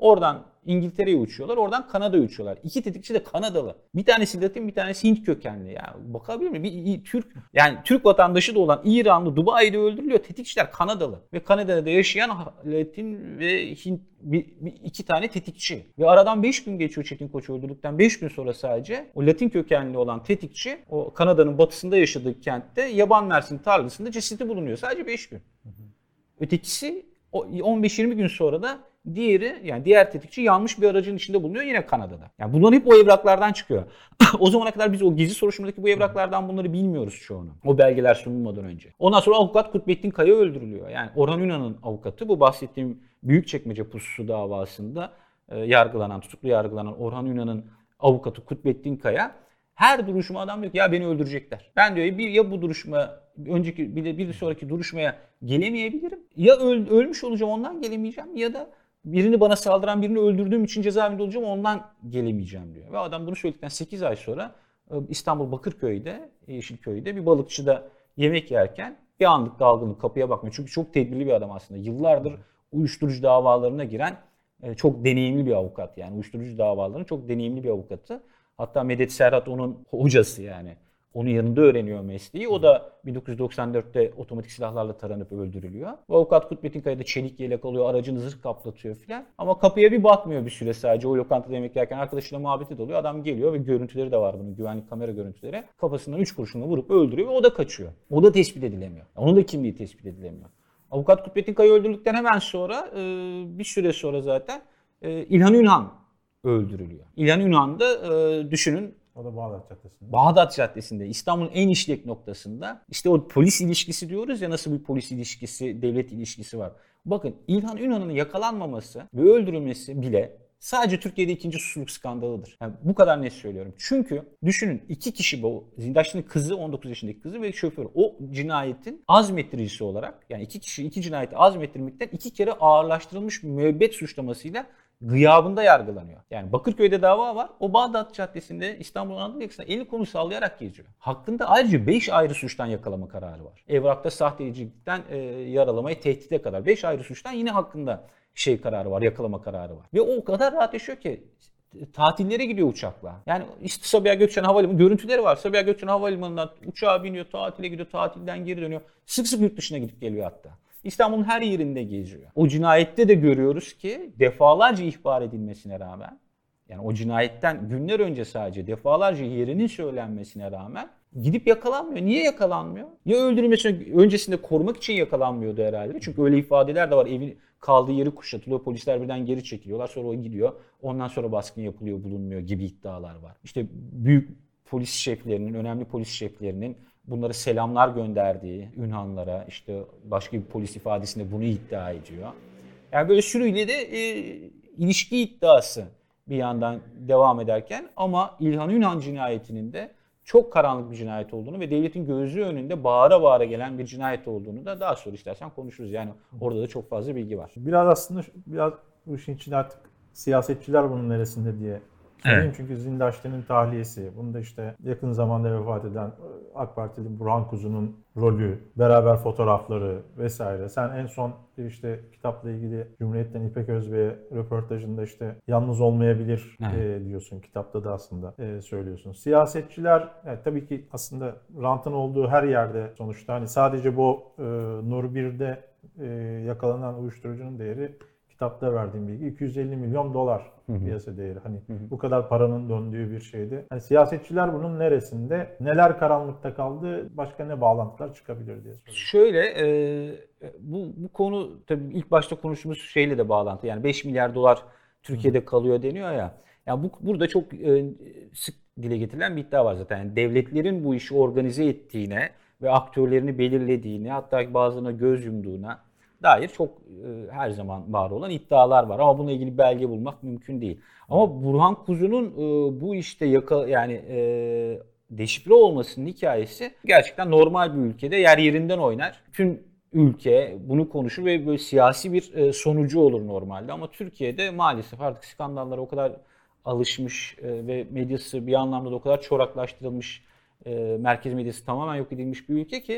Oradan İngiltere'ye uçuyorlar, oradan Kanada'ya uçuyorlar. İki tetikçi de Kanadalı. Bir tanesi Latin, bir tanesi Hint kökenli. Yani bakabilir miyim? Bir, bir Türk, yani Türk vatandaşı da olan İranlı Dubai'de öldürülüyor. Tetikçiler Kanadalı. Ve Kanada'da yaşayan Latin ve Hint bir, bir, iki tane tetikçi. Ve aradan beş gün geçiyor Çetin Koç öldürdükten beş gün sonra sadece o Latin kökenli olan tetikçi o Kanada'nın batısında yaşadığı kentte yaban mersini tarlasında cesedi bulunuyor. Sadece beş gün. Ötekisi on beş yirmi gün sonra da diğeri, yani diğer tetikçi yanmış bir aracın içinde bulunuyor yine Kanada'da. Yani bunların hep o evraklardan çıkıyor. O zamana kadar biz o gizli soruşturmadaki bu evraklardan bunları bilmiyoruz çoğunu. O belgeler sunulmadan önce. Ondan sonra avukat Kutbettin Kaya öldürülüyor. Yani Orhan Ünal'ın avukatı, bu bahsettiğim Büyükçekmece pususu davasında e, yargılanan, tutuklu yargılanan Orhan Ünal'ın avukatı Kutbettin Kaya her duruşma adam diyor ki ya beni öldürecekler. Ben diyor bir ya bu duruşma önceki bir de bir sonraki duruşmaya gelemeyebilirim. Ya öl, ölmüş olacağım ondan gelemeyeceğim ya da birini bana saldıran birini öldürdüğüm için cezaevinde olacağım ondan gelemeyeceğim diyor. Ve adam bunu söyledikten sekiz ay sonra İstanbul Bakırköy'de, Yeşilköy'de bir balıkçıda yemek yerken bir anlık dalgınlık, kapıya bakmıyor. Çünkü çok tedbirli bir adam aslında. Yıllardır uyuşturucu davalarına giren çok deneyimli bir avukat, yani uyuşturucu davalarının çok deneyimli bir avukatı. Hatta Medet Serhat onun hocası yani. Onun yanında öğreniyor mesleği. O da bin dokuz yüz doksan dörtte otomatik silahlarla taranıp öldürülüyor. Bu avukat Kutbettin Kaya da çelik yelek alıyor, aracını zırh kaplatıyor filan. Ama kapıya bir bakmıyor bir süre sadece. O lokantada yemek yerken arkadaşıyla muhabbeti de oluyor. Adam geliyor ve görüntüleri de var bunun, güvenlik kamera görüntüleri. Kafasından üç kurşunla vurup öldürüyor ve o da kaçıyor. O da tespit edilemiyor. Onun da kimliği tespit edilemiyor. Avukat Kutbettin Kaya öldürüldükten hemen sonra bir süre sonra zaten İlhan Ünhan öldürülüyor. İlhan Ünhan da düşünün, o da Bağdat Caddesi'nde. Bağdat Caddesi'nde, İstanbul'un en işlek noktasında. İşte o polis ilişkisi diyoruz ya, nasıl bir polis ilişkisi, devlet ilişkisi var. Bakın İlhan Ünhan'ın yakalanmaması ve öldürülmesi bile sadece Türkiye'de ikinci suçluluk skandalıdır. Yani bu kadar net söylüyorum. Çünkü düşünün, iki kişi, bu Zindaşlı'nın kızı, on dokuz yaşındaki kızı ve şoförü. O cinayetin azmettiricisi olarak, yani iki kişi iki cinayeti azmettirmekten iki kere ağırlaştırılmış müebbet suçlamasıyla gıyabında yargılanıyor. Yani Bakırköy'de dava var. O Bağdat Caddesi'nde İstanbul Anadolu yakasında elini kolunu sallayarak geziyor. Hakkında ayrıca beş ayrı suçtan yakalama kararı var. Evrakta sahtecilikten e, yaralamaya tehdide kadar beş ayrı suçtan yine hakkında şey kararı var, yakalama kararı var. Ve o kadar rahat yaşıyor ki tatillere gidiyor uçakla. Yani işte Sabiha Gökçen Havalimanı görüntüleri var. Sabiha Gökçen Havalimanı'ndan uçağa biniyor, tatile gidiyor, tatilden geri dönüyor. Sık sık yurt dışına gidip geliyor hatta. İstanbul'un her yerinde geziyor. O cinayette de görüyoruz ki defalarca ihbar edilmesine rağmen, yani o cinayetten günler önce sadece defalarca yerinin söylenmesine rağmen gidip yakalanmıyor. Niye yakalanmıyor? Ya öldürülmesine öncesinde korumak için yakalanmıyordu herhalde. Çünkü öyle ifadeler de var. Evin kaldığı yeri kuşatılıyor. Polisler birden geri çekiliyorlar. Sonra o gidiyor. Ondan sonra baskın yapılıyor, bulunmuyor gibi iddialar var. İşte büyük polis şeflerinin, önemli polis şeflerinin bunları selamlar gönderdiği Ünhanlara, işte başka bir polis ifadesinde bunu iddia ediyor. Yani böyle sürüyle de e, ilişki iddiası bir yandan devam ederken, ama İlhan Ünhan cinayetinin de çok karanlık bir cinayet olduğunu ve devletin gözü önünde bağıra bağıra gelen bir cinayet olduğunu da daha sonra istersen konuşuruz. Yani orada da çok fazla bilgi var. Biraz aslında biraz bu işin içinde artık siyasetçiler bunun neresinde diye söyleyeyim. Evet. Çünkü Zindaşti'nin tahliyesi, bunda işte yakın zamanda vefat eden AK Partili Burhan Kuzu'nun rolü, beraber fotoğrafları vesaire. Sen en son işte kitapla ilgili Cumhuriyet'ten İpek Özbey'e röportajında işte yalnız olmayabilir evet. e, diyorsun. Kitapta da aslında e, söylüyorsun. Siyasetçiler yani tabii ki aslında rantın olduğu her yerde sonuçta hani sadece bu e, Nur bir'de e, yakalanan uyuşturucunun değeri kitapta verdiğim bilgi iki yüz elli milyon dolar piyasa değeri. Hani hı hı. bu kadar paranın döndüğü bir şeydi. Hani siyasetçiler bunun neresinde? Neler karanlıkta kaldı? Başka ne bağlantılar çıkabilir diye soruyorum. Şöyle e, bu bu konu tabii ilk başta konuştuğumuz şeyle de bağlantı. Yani beş milyar dolar Türkiye'de hı. kalıyor deniyor ya. Yani bu burada çok e, sık dile getirilen bir iddia var zaten. Yani devletlerin bu işi organize ettiğine ve aktörlerini belirlediğine, hatta bazılarına göz yumduğuna dair çok e, her zaman var olan iddialar var, ama bununla ilgili belge bulmak mümkün değil. Ama Burhan Kuzu'nun e, bu işte yaka yani e, deşifre olmasının hikayesi gerçekten normal bir ülkede yer yerinden oynar. Bütün ülke bunu konuşur ve böyle siyasi bir e, sonucu olur normalde, ama Türkiye'de maalesef artık skandallara o kadar alışmış e, ve medyası bir anlamda da o kadar çoraklaştırılmış, e, merkez medyası tamamen yok edilmiş bir ülke ki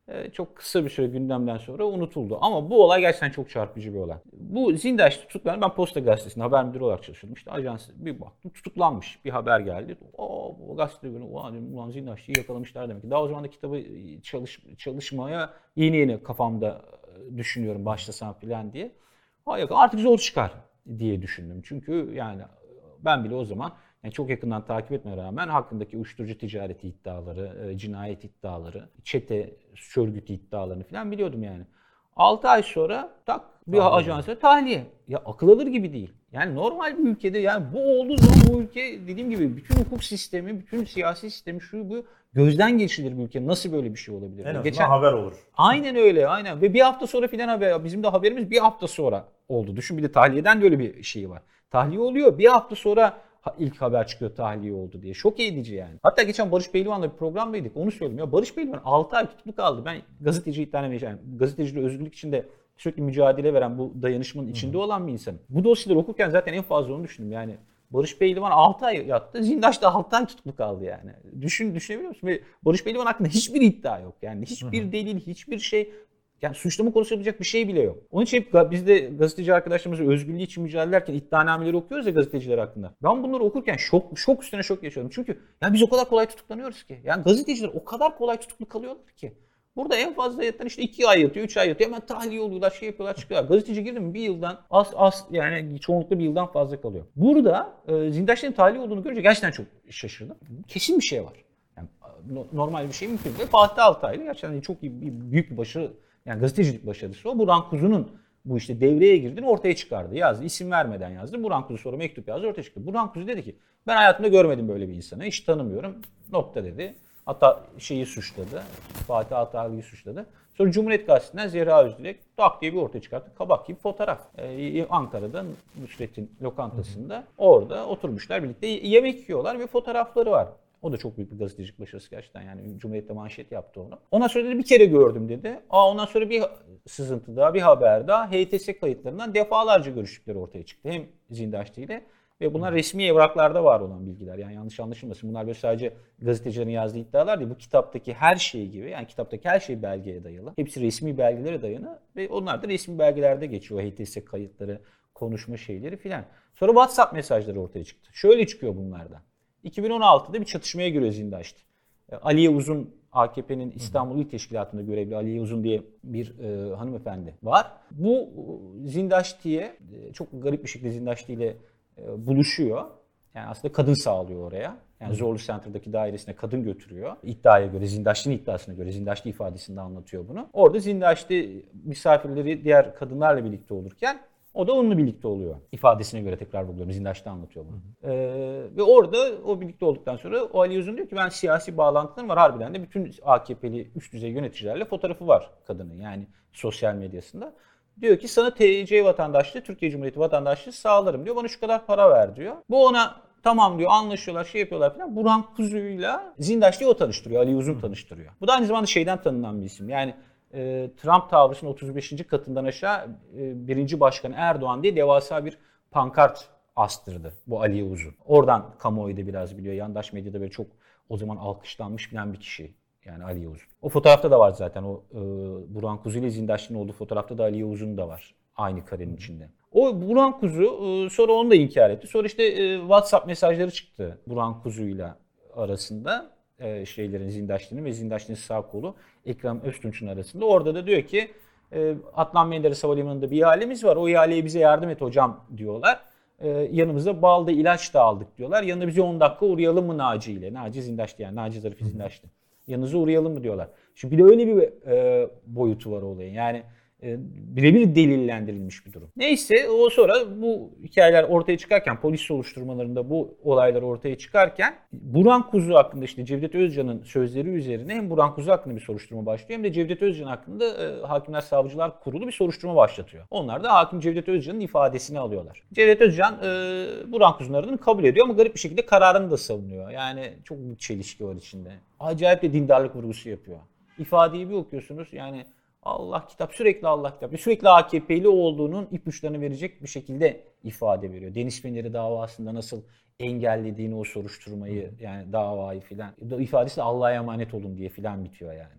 e, çok kısa bir süre gündemden sonra unutuldu. Ama bu olay gerçekten çok çarpıcı bir olay. Bu Zindaş tutuklandı. Ben Posta Gazetesi'nde haber müdürü olarak çalışıyordum. İşte ajans bir baktım tutuklanmış. Bir haber geldi. O, o gazete günü ulan, ulan Zindaş'ı yakalamışlar demek ki. Daha o zaman da kitabı çalış, çalışmaya yeni yeni kafamda düşünüyorum başlasam falan diye. Hayır, artık zor çıkar diye düşündüm. Çünkü yani ben bile o zaman yani çok yakından takip etmeye rağmen hakkındaki uyuşturucu ticareti iddiaları, cinayet iddiaları, çete, suç örgütü iddialarını falan biliyordum yani. altı ay sonra tak bir Tahliye. ajansa tahliye. Ya akıl alır gibi değil. Yani normal bir ülkede yani bu olduğu zaman bu ülke dediğim gibi bütün hukuk sistemi, bütün siyasi sistemi şu bu gözden geçirilir bir ülke. Nasıl böyle bir şey olabilir? En azından Geçen... haber olur. Aynen öyle, aynen. Ve bir hafta sonra filan haber. Bizim de haberimiz bir hafta sonra oldu. Düşün bir de tahliyeden de öyle bir şey var. Tahliye oluyor. Bir hafta sonra ilk haber çıkıyor tahliye oldu diye. Şok edici yani. Hatta geçen Barış Pehlivan'la bir programdaydık. Onu söyleyeyim ya. Barış Pehlivan altı ay tutuklu kaldı. Ben gazeteci iddianame yani gazetecilik özgürlük içinde sürekli mücadele veren bu dayanışmanın içinde Hı-hı. olan bir insanım. Bu dosyaları okurken zaten en fazla onu düşündüm. Yani Barış Pehlivan altı ay yattı. Zindaş da altı ay tutuklu kaldı yani. Düşün, düşünebiliyor musun? Ve Barış Pehlivan hakkında hiçbir iddia yok. Yani hiçbir Hı-hı. delil, hiçbir şey. Yani suçlama konusu yapacak bir şey bile yok. Onun için hep biz de gazeteci arkadaşlarımızla özgürlüğü için mücadele ederken iddianameleri okuyoruz ya gazeteciler hakkında. Ben bunları okurken şok şok üstüne şok yaşıyorum. Çünkü yani biz o kadar kolay tutuklanıyoruz ki. Yani gazeteciler o kadar kolay tutuklu kalıyorlar ki. Burada en fazla yatan işte iki ay yatıyor, üç ay yatıyor. Hemen tahliye oluyorlar, şey yapıyorlar, çıkıyorlar. Gazeteci girdi mi bir yıldan az az yani çoğunlukla bir yıldan fazla kalıyor. Burada e, Zindaş'ın tahliye olduğunu görünce gerçekten çok şaşırdım. Kesin bir şey var. Yani normal bir şey mümkün değil. Fatih Altaylı gerçekten çok iyi, büyük bir başarı. Yani gazetecilik başarısı o. Burhan Kuzu'nun bu işte devreye girdiğini ortaya çıkardı. Yazdı. İsim vermeden yazdı. Burhan Kuzu sonra mektup yazdı. Ortaya çıktı. Burhan Kuzu dedi ki ben hayatımda görmedim böyle bir insanı. Hiç tanımıyorum. Nokta dedi. Hatta şeyi suçladı. Fatih Altaylı'yı suçladı. Sonra Cumhuriyet Gazetesi'nden Zehra Özdilek tak diye bir ortaya çıkarttı. Kabak gibi fotoğraf. Ee, Ankara'da Nusret'in lokantasında orada oturmuşlar birlikte yemek yiyorlar ve fotoğrafları var. O da çok büyük bir gazetecilik başarısı gerçekten. Yani Cumhuriyet'te manşet yaptı onu. Ondan sonra dedi bir kere gördüm dedi. Aa, ondan sonra bir sızıntı daha, bir haber daha. H T S kayıtlarından defalarca görüştükleri ortaya çıktı. Hem Zindaş'ta ile ve bunlar resmi evraklarda var olan bilgiler. Yani yanlış anlaşılmasın. Bunlar böyle sadece gazetecilerin yazdığı iddialar değil. Bu kitaptaki her şey gibi. Yani kitaptaki her şey belgeye dayalı. Hepsi resmi belgelere dayalı ve onlar da resmi belgelerde geçiyor. H T S kayıtları, konuşma şeyleri filan. Sonra WhatsApp mesajları ortaya çıktı. Şöyle çıkıyor bunlardan. iki bin on altıda bir çatışmaya giriyor Zindaş'ta. Aliye Uzun, A K P'nin İstanbul İl Teşkilatı'nda görevli Aliye Uzun diye bir e, hanımefendi var. Bu Zindaş diye e, çok garip bir şekilde Zindaş ile e, buluşuyor. Yani aslında kadın sağlıyor oraya. Yani Zorlu Center'daki dairesine kadın götürüyor. İddiaya göre, Zindaşlı'nın iddiasına göre, Zindaşlı ifadesinde anlatıyor bunu. Orada Zindaşlı misafirleri diğer kadınlarla birlikte olurken o da onunla birlikte oluyor. İfadesine göre tekrar vurguluyorum. Zindaş'ta anlatıyor bunu. Ee, ve orada o birlikte olduktan sonra o Ali Uzun diyor ki ben siyasi bağlantılarım var. Harbiden de bütün A K P'li üst düzey yöneticilerle fotoğrafı var kadının. Yani sosyal medyasında. Diyor ki sana T C vatandaşlığı, Türkiye Cumhuriyeti vatandaşlığı sağlarım diyor. Bana şu kadar para ver diyor. Bu ona tamam diyor, anlaşıyorlar, şey yapıyorlar falan. Burhan Kuzu'yla Zindaşlı'yı o tanıştırıyor. Ali Uzun tanıştırıyor. Bu da aynı zamanda şeyden tanınan bir isim. Yani e, Trump Towers'ın otuz beşinci katından aşağı e, birinci Başkan Erdoğan diye devasa bir pankart astırdı bu Ali Uzun. Oradan kamuoyu da biraz biliyor. Yandaş medyada böyle çok o zaman alkışlanmış bilen bir kişi. Yani Ali Uzun. O fotoğrafta da var zaten. O e, Burhan Kuzu ile Zindaşlı'nın olduğu fotoğrafta da Ali Uzun da var. Aynı karenin içinde. O Burhan Kuzu e, sonra onu da inkar etti. Sonra işte e, WhatsApp mesajları çıktı Burhan Kuzu ile arasında. E, şeylerin Zindaşlı'nın ve Zindaşlı'nın sağ kolu Ekrem Öztunç'un arasında. Orada da diyor ki e, Adnan Menderes Havalimanı'nda bir ihalemiz var. O ihaleye bize yardım et hocam diyorlar. E, yanımıza bal da ilaç da aldık diyorlar. Yanına bize on dakika uğrayalım mı Naci ile? Naci Zindaşlı yani. Naci Zarifi Zindaşlı. Yanınıza uğrayalım mı diyorlar. Şimdi bir de öyle bir e, boyutu var olayın. Yani e, birebir delillendirilmiş bir durum. Neyse o sonra bu hikayeler ortaya çıkarken, polis soruşturmalarında bu olaylar ortaya çıkarken Burhan Kuzu hakkında işte Cevdet Özcan'ın sözleri üzerine hem Burhan Kuzu hakkında bir soruşturma başlıyor hem de Cevdet Özcan hakkında e, Hakimler Savcılar Kurulu bir soruşturma başlatıyor. Onlar da hakim Cevdet Özcan'ın ifadesini alıyorlar. Cevdet Özcan e, Burhan Kuzu'nun aradığını kabul ediyor ama garip bir şekilde kararını da savunuyor. Yani çok büyük çelişki var içinde. Acayip de dindarlık vurgusu yapıyor. İfadeyi bir okuyorsunuz yani Allah kitap, sürekli Allah kitap. Sürekli A K P'li olduğunun ipuçlarını verecek bir şekilde ifade veriyor. Deniz Feneri davasında nasıl engellediğini o soruşturmayı yani davayı filan. İfadesi de Allah'a emanet olun diye filan bitiyor yani.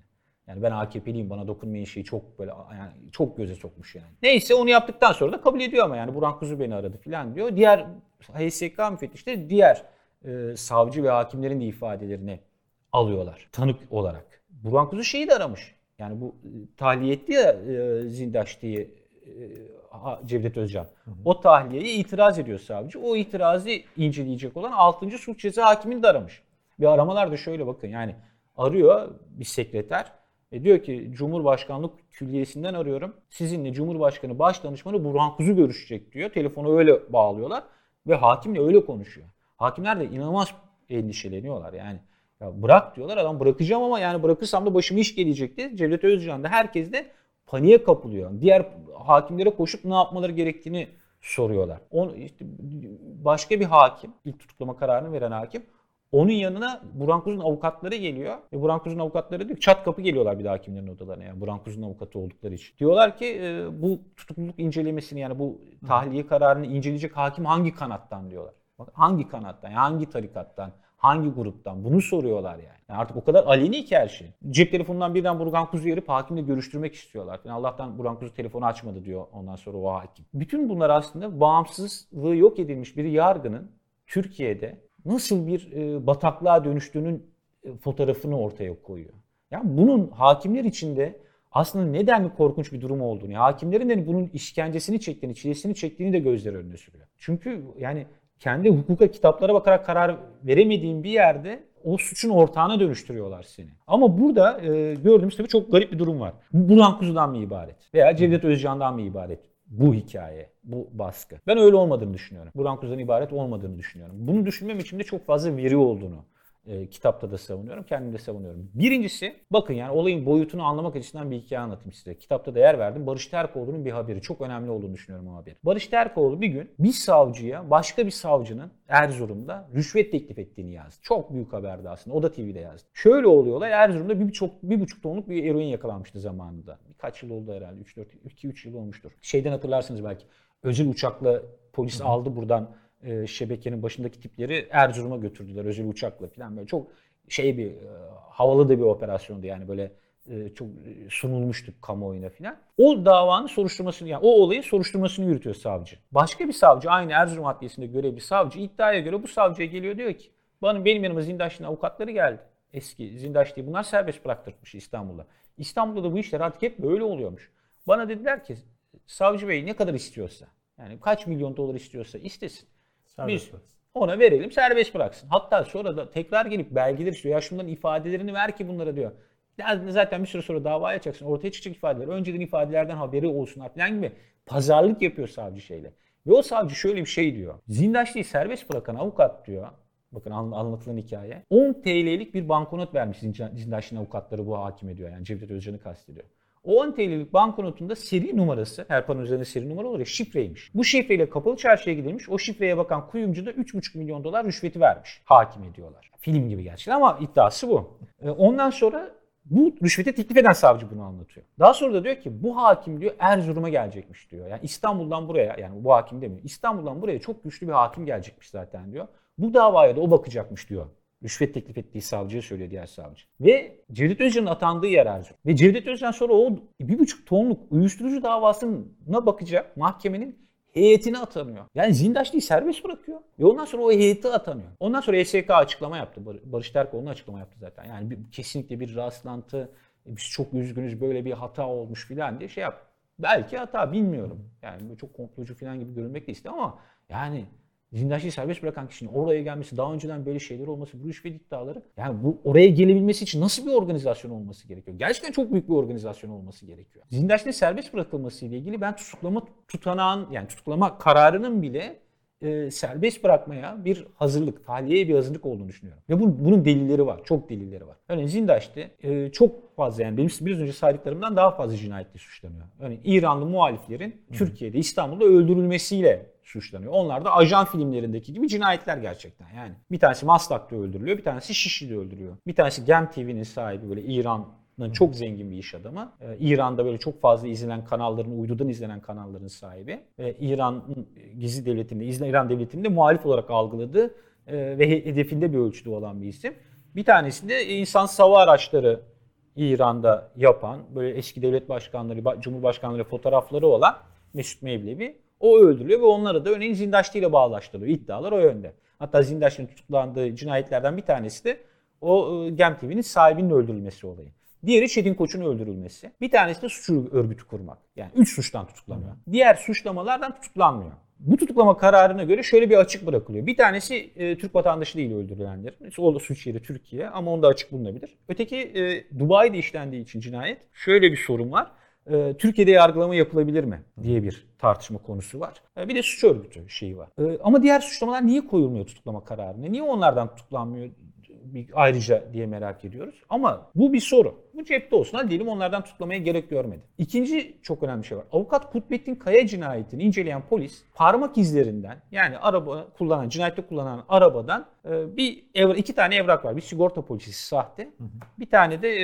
Yani ben A K P'liyim, bana dokunmayın şeyi çok böyle yani çok göze sokmuş yani. Neyse onu yaptıktan sonra da kabul ediyor ama yani Burhan Kuzu beni aradı falan diyor. Diğer H S K müfettişleri diğer e, savcı ve hakimlerin de ifadelerini alıyorlar tanık olarak. Burhan Kuzu şeyi de aramış. Yani bu e, tahliye etti ya e, Zindaş diye e, Cevdet Özcan. Hı hı. O tahliyeye itiraz ediyor savcı. O itirazı inceleyecek olan altıncı Suç Ceza Hakimini de aramış. Ve aramalar da şöyle bakın yani arıyor bir sekreter. E diyor ki Cumhurbaşkanlık Külliyesi'nden arıyorum. Sizinle Cumhurbaşkanı Başdanışmanı Burhan Kuzu görüşecek diyor. Telefonu öyle bağlıyorlar ve hakimle öyle konuşuyor. Hakimler de inanılmaz endişeleniyorlar yani. Ya bırak diyorlar, adam bırakacağım ama yani bırakırsam da başıma iş gelecekti. Cevdet Özcan da herkes de paniğe kapılıyor. Diğer hakimlere koşup ne yapmaları gerektiğini soruyorlar. On, işte başka bir hakim, ilk tutuklama kararını veren hakim, onun yanına Burhan Kuzu'nun avukatları geliyor. Ve Burhan Kuzu'nun avukatları diyor çat kapı geliyorlar bir de hakimlerin odalarına. Yani Burhan Kuzu'nun avukatı oldukları için. Diyorlar ki e, bu tutukluluk incelemesini yani bu tahliye kararını inceleyecek hakim hangi kanattan diyorlar. Bak, hangi kanattan, yani hangi tarikattan, hangi gruptan bunu soruyorlar yani. yani. Artık o kadar aleni ki her şey. Cep telefonundan birden Burhan Kuzu'yu arayıp hakimle görüştürmek istiyorlar. Yani Allah'tan Burhan Kuzu telefonu açmadı diyor ondan sonra o hakim. Bütün bunlar aslında bağımsızlığı yok edilmiş bir yargının Türkiye'de nasıl bir e, bataklığa dönüştüğünün e, fotoğrafını ortaya koyuyor. Yani bunun hakimler içinde aslında neden korkunç bir durum olduğunu, yani hakimlerin de bunun işkencesini çektiğini, çilesini çektiğini de gözler önüne sürüyor. Çünkü yani kendi hukuka, kitaplara bakarak karar veremediğin bir yerde o suçun ortağına dönüştürüyorlar seni. Ama burada e, gördüğümüz tabii çok garip bir durum var. Burhan Kuzu'dan mı ibaret? Veya Cevdet Özcan'dan mı ibaret? Bu hikaye, bu baskı. Ben öyle olmadığını düşünüyorum. Burhan Kuzu'dan ibaret olmadığını düşünüyorum. Bunu düşünmem için de çok fazla veri olduğunu e, kitapta da savunuyorum, kendim de savunuyorum. Birincisi, bakın yani olayın boyutunu anlamak açısından bir hikaye anlatayım size. Kitapta değer verdim. Barış Terkoğlu'nun bir haberi. Çok önemli olduğunu düşünüyorum o haberi. Barış Terkoğlu bir gün bir savcıya başka bir savcının Erzurum'da rüşvet teklif ettiğini yazdı. Çok büyük haberdi aslında. O da T V'de yazdı. Şöyle oluyorlar. Erzurum'da bir buçuk, bir buçuk tonluk bir eroin yakalanmıştı zamanında. Kaç yıl oldu herhalde? üç dört, iki üç yıl olmuştur. Şeyden hatırlarsınız belki. Özel uçakla polis Hı-hı. aldı buradan e, şebekenin başındaki tipleri Erzurum'a götürdüler. Özel uçakla falan böyle çok şey bir e, havalı da bir operasyondu yani böyle e, çok sunulmuştu kamuoyuna falan. O davanın soruşturmasını yani o olayın soruşturmasını yürütüyor savcı. Başka bir savcı aynı Erzurum Adliyesi'nde görevli savcı iddiaya göre bu savcıya geliyor diyor ki bana benim yanıma Zindaşlı'nın avukatları geldi. Eski Zindaş diye bunlar serbest bıraktırmış İstanbul'da. İstanbul'da da bu işler artık hep böyle oluyormuş. Bana dediler ki savcı bey ne kadar istiyorsa yani kaç milyon dolar istiyorsa istesin. Serbest Biz bıraksın. ona verelim serbest bıraksın. Hatta sonra da tekrar gelip belgeler istiyor. Ya şunların ifadelerini ver ki bunlara diyor. Zaten bir süre sonra davaya açacaksın. Ortaya çıkacak ifadeler. Önceden ifadelerden haberi olsunlar falan gibi pazarlık yapıyor savcı şeyle. Ve o savcı şöyle bir şey diyor. Zindaşlı'yı serbest bırakan avukat diyor. Bakın anlatılan hikaye. on T L'lik bir banknot vermiş Zindaşlı'nın avukatları bu hakime diyor. Yani Cevdet Özcan'ı kastediyor. O on T L'lik banknotun da seri numarası, her paranın üzerinde seri numara olur ya, şifreymiş. Bu şifreyle kapalı çarşıya gidilmiş. O şifreye bakan kuyumcu da üç buçuk milyon dolar rüşveti vermiş. Hakime diyorlar. Film gibi gerçekten ama iddiası bu. Ondan sonra bu rüşveti teklif eden savcı bunu anlatıyor. Daha sonra da diyor ki bu hakim diyor Erzurum'a gelecekmiş diyor. Yani İstanbul'dan buraya, yani bu hakim demiyor. İstanbul'dan buraya çok güçlü bir hakim gelecekmiş zaten diyor. Bu davaya da o bakacakmış diyor. Rüşvet teklif ettiği savcıya söylüyor diğer savcı. Ve Cevdet Özcan'ın atandığı yer Erzurum. Ve Cevdet Özcan sonra o bir buçuk tonluk uyuşturucu davasına bakacak mahkemenin heyetine atanıyor. Yani Zindaşlı'yı serbest bırakıyor. Ve ondan sonra o heyete atanıyor. Ondan sonra H S K açıklama yaptı. Barış Terkoğlu'na açıklama yaptı zaten. Yani bir, kesinlikle bir rastlantı, biz çok üzgünüz böyle bir hata olmuş filan diye şey yaptı. Belki hata bilmiyorum. Yani çok komplocu filan gibi görünmek de istemem ama yani Zindaşlı'yı serbest bırakan kişinin oraya gelmesi, daha önceden böyle şeyler olması, bu rüşvet iddiaları, yani bu oraya gelebilmesi için nasıl bir organizasyon olması gerekiyor? Gerçekten çok büyük bir organizasyon olması gerekiyor. Zindaşlı'nın serbest bırakılması ile ilgili ben tutuklama tutanağın, yani tutuklama kararının bile e, serbest bırakmaya bir hazırlık, tahliyeye bir hazırlık olduğunu düşünüyorum. Ve bu, bunun delilleri var, çok delilleri var. Örneğin Zindaşlı e, çok fazla, yani benim biraz önce saydıklarımdan daha fazla cinayetle suçlanıyor. Örneğin İranlı muhaliflerin Hı. Türkiye'de, İstanbul'da öldürülmesiyle suçlanıyor. Onlar da ajan filmlerindeki gibi cinayetler gerçekten yani. Bir tanesi Maslak'ta öldürülüyor, bir tanesi Şişli'de öldürülüyor. Bir tanesi Gem T V'nin sahibi, böyle İran'ın çok zengin bir iş adamı. Ee, İran'da böyle çok fazla izlenen kanalların, uydudan izlenen kanalların sahibi. Ee, İran'ın gizli devletinde, İran devletinde muhalif olarak algıladığı e, ve hedefinde bir ölçüde olan bir isim. Bir tanesi de insan hava araçları İran'da yapan, böyle eski devlet başkanları, cumhurbaşkanları fotoğrafları olan Mesut Mevlevi o öldürülüyor ve onları da örneğin Zindaşti ile bağlaştırılıyor. İddialar o yönde. Hatta Zindaşti'nin tutuklandığı cinayetlerden bir tanesi de o Gem T V'nin sahibinin öldürülmesi olayı. Diğeri Çetin Koç'un öldürülmesi. Bir tanesi de suç örgütü kurmak. Yani üç suçtan tutuklanıyor. Diğer suçlamalardan tutuklanmıyor. Bu tutuklama kararına göre şöyle bir açık bırakılıyor. Bir tanesi e, Türk vatandaşı değil öldürülenler. O da suç yeri Türkiye ama onda açık bulunabilir. Öteki e, Dubai'de işlendiği için cinayet. Şöyle bir sorun var. E, Türkiye'de yargılama yapılabilir mi diye bir tartışma konusu var. E, bir de suç örgütü şeyi var. E, ama diğer suçlamalar niye koyulmuyor tutuklama kararına? Niye onlardan tutuklanmıyor? Bir ayrıca diye merak ediyoruz. Ama bu bir soru. Bu cepte olsun. Hadi diyelim onlardan tutuklamaya gerek görmedi. İkinci çok önemli şey var. Avukat Kutbettin Kaya cinayetini inceleyen polis parmak izlerinden yani araba kullanan, cinayette kullanan arabadan e, bir evra, iki tane evrak var. Bir sigorta polisisi sahte. Hı hı. Bir tane de e,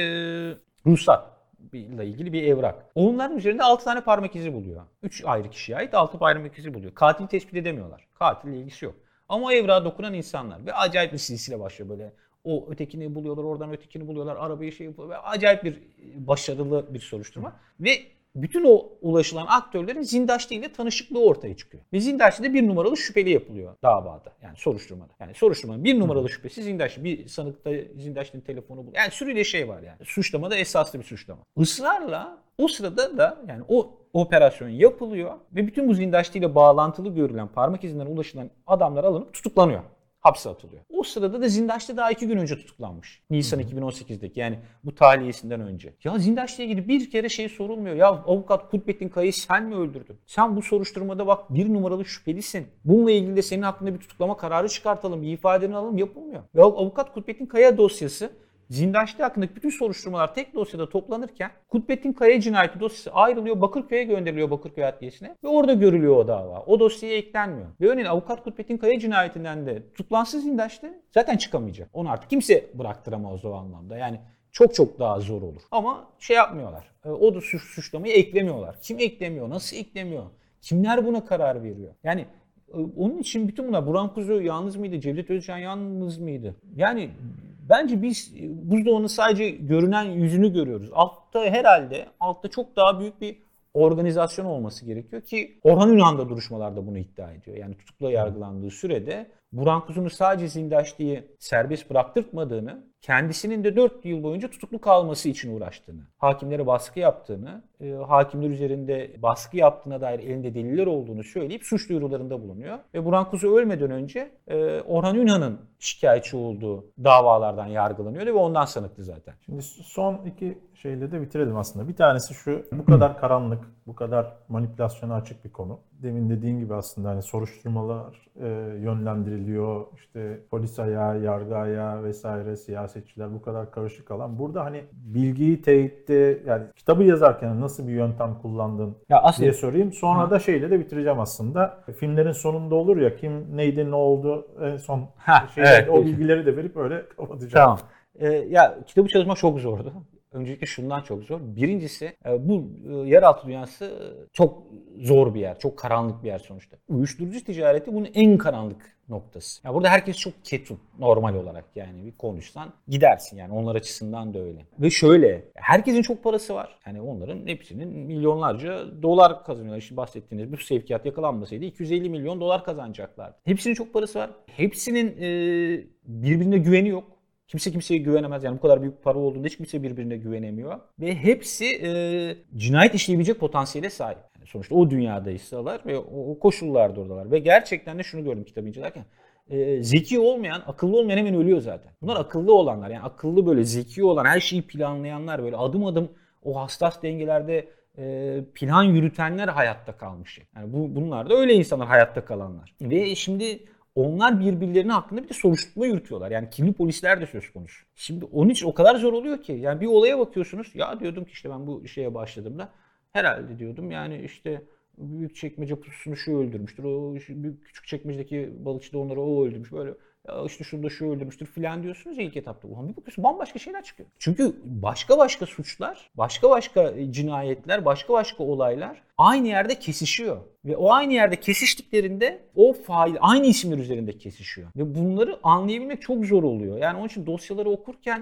ruhsat ile ilgili bir evrak. Onların üzerinde altı tane parmak izi buluyor. üç ayrı kişiye ait altı parmak izi buluyor. Katili tespit edemiyorlar. Katille ilgisi yok. Ama o evrağa dokunan insanlar ve acayip bir silsile başlıyor böyle. O ötekini buluyorlar, oradan ötekini buluyorlar, arabayı şey yapıyorlar. Ve acayip bir başarılı bir soruşturma. Ve bütün o ulaşılan aktörlerin Zindaşti ile tanışıklığı ortaya çıkıyor. Ve Zindaşti'de bir numaralı şüpheli yapılıyor davada. Yani soruşturmada. Yani soruşturmanın bir numaralı şüphesi Zindaşti. Bir sanıkta Zindaşti'nin telefonu buluyor. Yani sürüyle şey var yani. Suçlamada esaslı bir suçlama. Israrla o sırada da yani o operasyon yapılıyor ve bütün bu Zindaşti ile bağlantılı görülen parmak izinden ulaşılan adamlar alınıp tutuklanıyor. Hapse atılıyor. O sırada da Zindaşti daha iki gün önce tutuklanmış. Nisan iki bin on sekizdeki yani bu tahliyesinden önce. Ya Zindaşti'ye gidip bir kere şey sorulmuyor. Ya avukat Kutbettin Kaya'yı sen mi öldürdün? Sen bu soruşturmada bak bir numaralı şüphelisin. Bununla ilgili de senin hakkında bir tutuklama kararı çıkartalım, bir ifadeni alalım yapılmıyor. Ve avukat Kutbettin Kaya dosyası Zindaşti hakkındaki bütün soruşturmalar tek dosyada toplanırken Kutbettin Kaya cinayeti dosyası ayrılıyor, Bakırköy'e gönderiliyor Bakırköy Adliyesi'ne ve orada görülüyor o dava. O dosyaya eklenmiyor. Ve örneğin avukat Kutbettin Kaya cinayetinden de tutuklansız Zindaşti zaten çıkamayacak. Onu artık kimse bıraktıramaz o anlamda. Yani çok çok daha zor olur. Ama şey yapmıyorlar. O da suç, suçlamayı eklemiyorlar. Kim eklemiyor? Nasıl eklemiyor? Kimler buna karar veriyor? Yani onun için bütün bunlar Burhan Kuzu yalnız mıydı? Cevdet Özcan yalnız mıydı? Yani bence biz buzdağının sadece görünen yüzünü görüyoruz. Altta herhalde altta çok daha büyük bir organizasyon olması gerekiyor ki Orhan Ünal da duruşmalarda bunu iddia ediyor. Yani tutukla yargılandığı sürede Burhan Kuzu'nun sadece Zindaşti'yi serbest bıraktırtmadığını, kendisinin de dört yıl boyunca tutuklu kalması için uğraştığını, hakimlere baskı yaptığını, e, hakimler üzerinde baskı yaptığına dair elinde deliller olduğunu söyleyip suç duyurularında bulunuyor. Ve Burhan Kuzu ölmeden önce e, Orhan Ünal'ın şikayetçi olduğu davalardan yargılanıyor ve ondan sanıktı zaten. Şimdi son iki şeyle de bitirelim aslında. Bir tanesi şu, bu kadar karanlık, bu kadar manipülasyona açık bir konu. Demin dediğin gibi aslında hani soruşturmalar e, yönlendiriliyor, işte polis ayağı, yargı ayağı vesaire, siyasetçiler bu kadar karışık alan. Burada hani bilgiyi teyitte yani kitabı yazarken nasıl bir yöntem kullandın ya aslında, diye sorayım. Sonra ha. da şeyle de bitireceğim aslında. Filmlerin sonunda olur ya kim neydi ne oldu en son ha, şeyde, evet, o bilgileri de verip öyle kapatacağım. Tamam. Ee, ya kitabı çalışmak çok zordu. Öncelikle şundan çok zor. Birincisi bu yeraltı dünyası çok zor bir yer. Çok karanlık bir yer sonuçta. Uyuşturucu ticareti bunun en karanlık noktası. Ya burada herkes çok ketum normal olarak yani bir konuşsan gidersin yani onlar açısından da öyle. Ve şöyle herkesin çok parası var. Yani onların hepsinin milyonlarca dolar kazanıyorlar. Şimdi bahsettiğiniz bu sevkiyat yakalanmasaydı iki yüz elli milyon dolar kazanacaklardı. Hepsinin çok parası var. Hepsinin e, birbirine güveni yok. Kimse kimseye güvenemez. Yani bu kadar büyük para olduğunda hiç kimse birbirine güvenemiyor. Ve hepsi e, cinayet işleyebilecek potansiyele sahip. Yani sonuçta o dünyadaysalar ve o, o koşullarda oradalar. Ve gerçekten de şunu gördüm kitabı incelerken. E, zeki olmayan, akıllı olmayan hemen ölüyor zaten. Bunlar akıllı olanlar. Yani akıllı böyle zeki olan, her şeyi planlayanlar, böyle adım adım o hassas dengelerde e, plan yürütenler hayatta kalmış. Yani bu, bunlar da öyle insanlar, hayatta kalanlar. Ve şimdi onlar birbirlerinin hakkında bir de soruşturma yürütüyorlar. Yani kimli polisler de söz konusu. Şimdi onun için o kadar zor oluyor ki. Yani bir olaya bakıyorsunuz. Ya diyordum ki işte ben bu şeye başladığımda herhalde diyordum yani işte Büyükçekmece pususunu şu öldürmüştür. O büyük Küçükçekmece'deki balıkçı da onları o öldürmüş. Böyle ya işte şurada şu öldürmüştür filan diyorsunuz ya ilk etapta. Ulan bir bakıyorsun bambaşka şeyler çıkıyor. Çünkü başka başka suçlar, başka başka cinayetler, başka başka olaylar aynı yerde kesişiyor. Ve o aynı yerde kesiştiklerinde o fail aynı isimler üzerinde kesişiyor. Ve bunları anlayabilmek çok zor oluyor. Yani onun için dosyaları okurken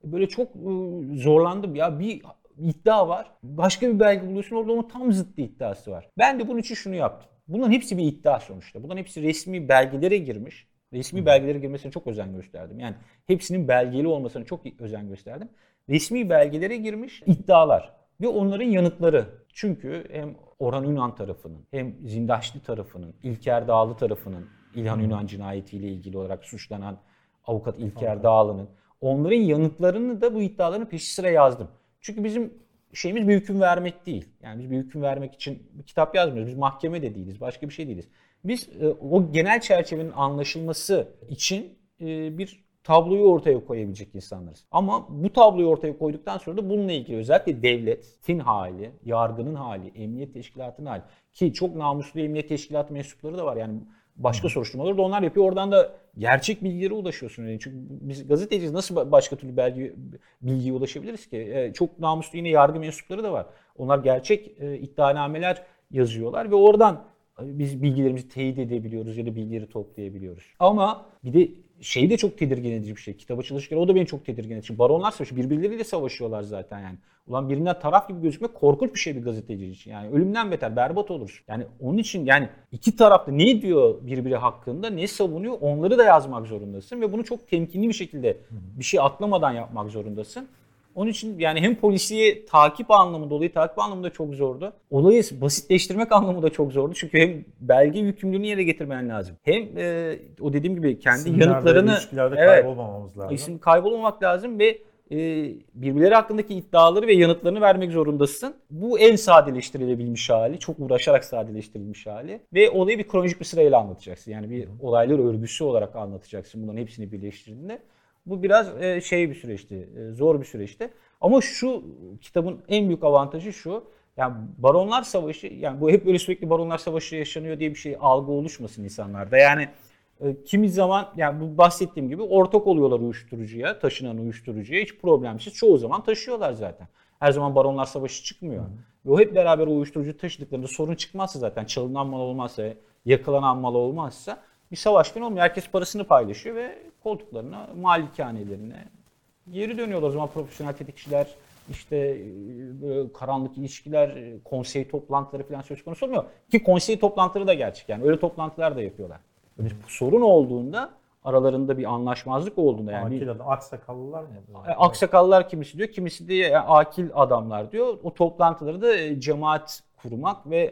böyle çok e, zorlandım. Ya bir iddia var. Başka bir belge buluyorsun, orada onun tam zıttı iddiası var. Ben de bunun için şunu yaptım. Bunların hepsi bir iddia sonuçta. Bunların hepsi resmi belgelere girmiş. Resmi belgelere girmesine çok özen gösterdim. Yani hepsinin belgeli olmasına çok özen gösterdim. Resmi belgelere girmiş iddialar ve onların yanıtları. Çünkü hem Orhan Ünal tarafının, hem Zindaşlı tarafının, İlker Dağlı tarafının, İlhan Ünal cinayetiyle ilgili olarak suçlanan avukat İlker Dağlı'nın, onların yanıtlarını da bu iddiaların peşi sıra yazdım. Çünkü bizim şeyimiz bir hüküm vermek değil. Yani biz bir hüküm vermek için bir kitap yazmıyoruz. Biz mahkeme de değiliz, başka bir şey değiliz. Biz e, o genel çerçevenin anlaşılması için e, bir tabloyu ortaya koyabilecek insanlarız. Ama bu tabloyu ortaya koyduktan sonra da bununla ilgili özellikle devletin hali, yargının hali, emniyet teşkilatının hali, ki çok namuslu emniyet teşkilatı mensupları da var. Yani başka soruşturmaları da onlar yapıyor. Oradan da gerçek bilgilere ulaşıyorsun. Yani çünkü biz gazeteciyiz, nasıl başka türlü belge, bilgiye ulaşabiliriz ki? E, çok namuslu yine yargı mensupları da var. Onlar gerçek e, iddianameler yazıyorlar ve oradan biz bilgilerimizi teyit edebiliyoruz ya da bilgileri toplayabiliyoruz. Ama bir de şey de çok tedirgin edici bir şey. Kitap açılışları o da beni çok tedirgin edici. Baronlar savaşı, birbirleriyle savaşıyorlar zaten yani. Ulan birinden taraf gibi gözükmek korkunç bir şey bir gazeteci için. Yani ölümden beter, berbat olur. Yani onun için yani iki tarafta ne diyor birbiri hakkında, ne savunuyor, onları da yazmak zorundasın ve bunu çok temkinli bir şekilde bir şey atlamadan yapmak zorundasın. Onun için yani hem polisiye takip anlamında, olayı takip anlamında çok zordu. Olayı basitleştirmek anlamında çok zordu. Çünkü hem belge yükümlülüğünü yerine getirmen lazım. Hem e, o dediğim gibi kendi İsimlerde, yanıtlarını... ilişkilerde evet, kaybolmamamız lazım. İsim kaybolmamak lazım ve e, birbirleri hakkındaki iddiaları ve yanıtlarını vermek zorundasın. Bu en sadeleştirilebilmiş hali, çok uğraşarak sadeleştirilmiş hali. Ve olayı bir kronolojik bir sırayla anlatacaksın. Yani bir olaylar örgüsü olarak anlatacaksın bunların hepsini birleştirdiğinde. Bu biraz şey bir süreçti, zor bir süreçti. Ama şu kitabın en büyük avantajı şu. Yani Baronlar Savaşı, yani bu hep böyle sürekli Baronlar Savaşı yaşanıyor diye bir şey algı oluşmasın insanlarda. Yani kimi zaman yani bu bahsettiğim gibi ortak oluyorlar uyuşturucuya, taşınan uyuşturucuya hiç problemsiz. Çoğu zaman taşıyorlar zaten. Her zaman Baronlar Savaşı çıkmıyor. Hı. Ve o hep beraber o uyuşturucu taşıdıklarında sorun çıkmazsa zaten, çalınan mal olmazsa, yakalanan mal olmazsa bir savaş falan olmuyor. Herkes parasını paylaşıyor ve koltuklarına, malikanelerine geri dönüyorlar. O zaman profesyonel tetikçiler, işte böyle karanlık ilişkiler, konsey toplantıları falan söz konusu olmuyor. Ki konsey toplantıları da gerçek. Yani öyle toplantılar da yapıyorlar. Böyle sorun olduğunda, aralarında bir anlaşmazlık olduğunda yani akil adam, aksakallılar mı? Aksakallılar kimisi diyor, kimisi de yani akil adamlar diyor. O toplantıları da cemaat kurmak ve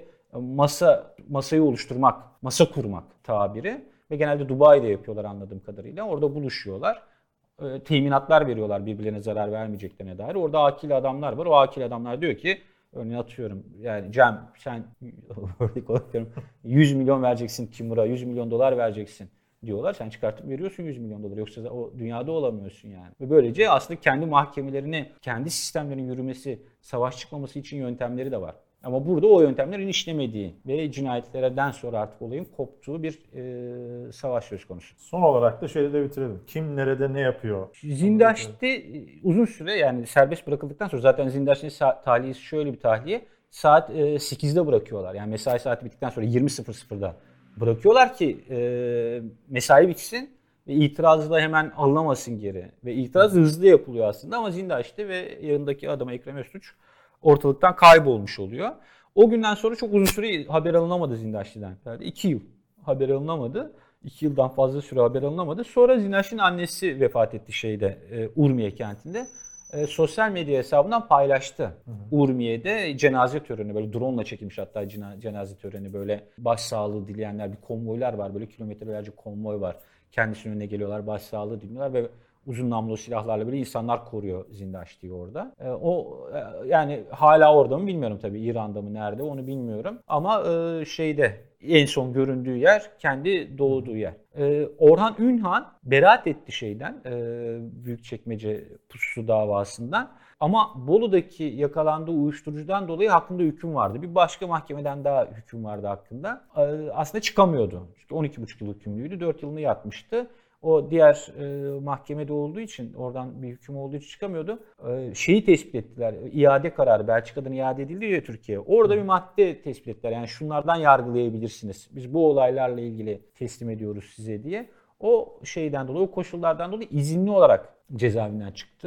masa masayı oluşturmak, masa kurmak tabiri ve genelde Dubai'de yapıyorlar anladığım kadarıyla. Orada buluşuyorlar. E, teminatlar veriyorlar birbirlerine zarar vermeyeceklerine dair. Orada akil adamlar var. O akil adamlar diyor ki, örneğin atıyorum yani Cem sen örnek olarak yüz milyon vereceksin Timur'a, yüz milyon dolar vereceksin diyorlar. Sen çıkartıp veriyorsun yüz milyon dolar. Yoksa o dünyada olamıyorsun yani. Ve böylece aslında kendi mahkemelerini, kendi sistemlerinin yürümesi, savaş çıkmaması için yöntemleri de var. Ama burada o yöntemlerin işlemediği ve cinayetlerden sonra artık olayın koptuğu bir e, savaş söz konusu. Son olarak da şöyle de bitirelim. Kim nerede ne yapıyor? Zindaş'ta uzun süre yani serbest bırakıldıktan sonra zaten Zindaş'ın tahliyesi şöyle bir tahliye. Saat e, sekizde bırakıyorlar. Yani mesai saati bittikten sonra yirmi sıfır sıfırda bırakıyorlar ki e, mesai bitsin ve itirazı da hemen alınamasın geri. Ve itiraz hızlı yapılıyor aslında ama Zindaş'ta ve yanındaki adama Ekrem Öztürk ortalıktan kaybolmuş oluyor. O günden sonra çok uzun süre haber alınamadı Zindaşlı'dan. Yani iki yıl haber alınamadı. İki yıldan fazla süre haber alınamadı. Sonra Zindaşlı'nın annesi vefat etti şeyde, Urmiye kentinde. E, sosyal medya hesabından paylaştı. Hı hı. Urmiye'de cenaze töreni, böyle drone ile çekilmiş hatta cenaze töreni, böyle başsağlığı dileyenler, bir konvoylar var, böyle kilometrelerce konvoy var. Kendisinin önüne geliyorlar, başsağlığı diliyorlar ve uzun namlulu silahlarla böyle insanlar koruyor Zindaşlı'yı orada. E, o e, yani hala orada mı bilmiyorum tabii, İran'da mı nerede onu bilmiyorum. Ama e, şeyde en son göründüğü yer kendi doğduğu yer. E, Orhan Ünhan beraat etti şeyden, e, Büyükçekmece pususu davasından. Ama Bolu'daki yakalandığı uyuşturucudan dolayı hakkında hüküm vardı. Bir başka mahkemeden daha hüküm vardı hakkında. E, aslında çıkamıyordu. Çünkü on iki buçuk yıl hükümlüydü. dört yılını yatmıştı. O diğer e, mahkemede olduğu için, oradan bir hüküm olduğu için çıkamıyordu. E, şeyi tespit ettiler, iade kararı, Belçika'dan iade edildi ya Türkiye. Orada bir madde tespit ettiler. Yani şunlardan yargılayabilirsiniz. Biz bu olaylarla ilgili teslim ediyoruz size diye. O şeyden dolayı, o koşullardan dolayı izinli olarak cezaevinden çıktı.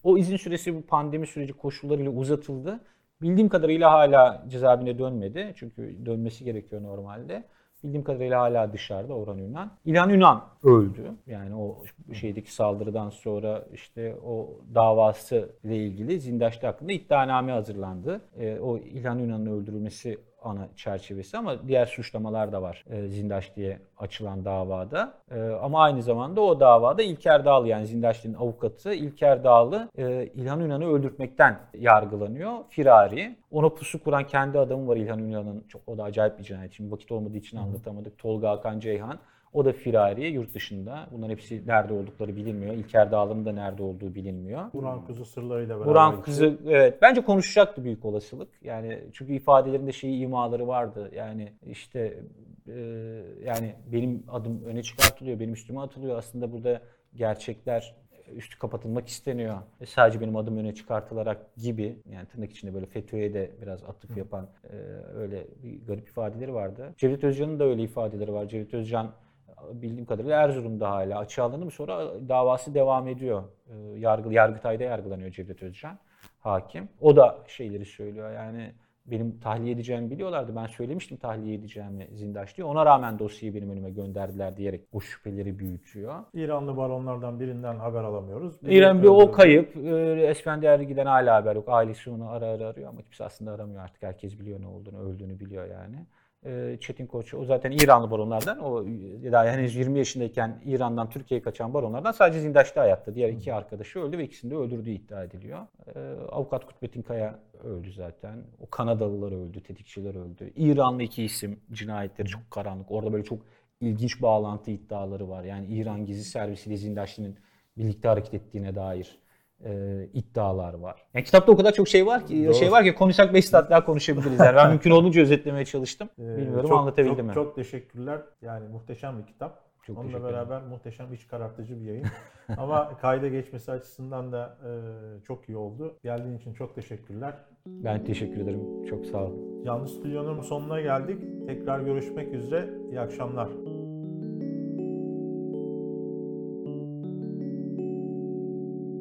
O izin süresi bu pandemi süreci koşullarıyla uzatıldı. Bildiğim kadarıyla hala cezaevine dönmedi. Çünkü dönmesi gerekiyor normalde. Bildiğim kadarıyla hala dışarıda Orhan Ünal. İlhan Ünal öldü. Yani o şeydeki saldırıdan sonra işte o davası ile ilgili Zindaşlı hakkında iddianame hazırlandı. E, o İlhan Ünal'ın öldürülmesi ana çerçevesi ama diğer suçlamalar da var e, Zindaş diye açılan davada. E, ama aynı zamanda o davada İlker Dağlı, yani Zindaşlı'nın avukatı İlker Dağlı e, İlhan Ünal'ı öldürtmekten yargılanıyor. Firari. Ona pusu kuran kendi adamı var İlhan Ünal'ın. Çok, o da acayip bir cinayet. Şimdi vakit olmadığı için anlatamadık. Tolga Hakan Ceyhan. O da firari, yurt dışında. Bunların hepsi nerede oldukları bilinmiyor. İlker Dağlı'nın da nerede olduğu bilinmiyor. Burhan Kuzu sırlarıyla beraber. Burhan Kızı, evet, bence konuşacaktı büyük olasılık. Yani çünkü ifadelerinde şeyi imaları vardı. Yani işte e, yani benim adım öne çıkartılıyor, benim üstüme atılıyor. Aslında burada gerçekler üstü kapatılmak isteniyor. E, sadece benim adım öne çıkartılarak gibi, yani tırnak içinde böyle FETÖ'ye de biraz atıf yapan e, öyle bir garip ifadeleri vardı. Cevdet Özcan'ın da öyle ifadeleri var. Cevdet Özcan bildiğim kadarıyla Erzurum'da hala açığa alındı mı, sonra davası devam ediyor. Yargı, Yargıtay'da yargılanıyor Cevdet Özcan, hakim. O da şeyleri söylüyor, yani benim tahliye edeceğimi biliyorlardı. Ben söylemiştim tahliye edeceğimi Zindaş diyor. Ona rağmen dosyayı benim önüme gönderdiler diyerek o şüpheleri büyütüyor. İranlı baronlardan birinden haber alamıyoruz. Biri İran bir o öldürüldü. kayıp. Esfendergi'den hala haber yok. Ailesi onu ara ara arıyor ama kimse aslında aramıyor artık. Herkes biliyor ne olduğunu, öldüğünü biliyor yani. Çetin Koç, o zaten İranlı baronlardan, o daha henüz yirmi yaşındayken İran'dan Türkiye'ye kaçan baronlardan sadece Zindaş'ta hayatta. Diğer iki arkadaşı öldü ve ikisini de öldürdüğü iddia ediliyor. Avukat Kutbettin Kaya öldü zaten. O Kanadalılar öldü, tetikçiler öldü. İranlı iki isim cinayetleri çok karanlık. Orada böyle çok ilginç bağlantı iddiaları var. Yani İran Gizli Servisi ile Zindaşlı'nın birlikte hareket ettiğine dair E, iddialar var. Yani kitapta o kadar çok şey var ki, Doğru. şey var ki konuşsak beş saat daha konuşabiliriz. Yani ben mümkün olduğunca özetlemeye çalıştım. Ee, Bilmiyorum çok, anlatabildim çok, mi? Çok teşekkürler. Yani muhteşem bir kitap. Çok Onunla teşekkür beraber muhteşem iç karartıcı bir yayın. Ama kayda geçmesi açısından da e, çok iyi oldu. Geldiğin için çok teşekkürler. Ben teşekkür ederim. Çok sağ ol. Yanlış Stüdyo'nun sonuna geldik. Tekrar görüşmek üzere. İyi akşamlar.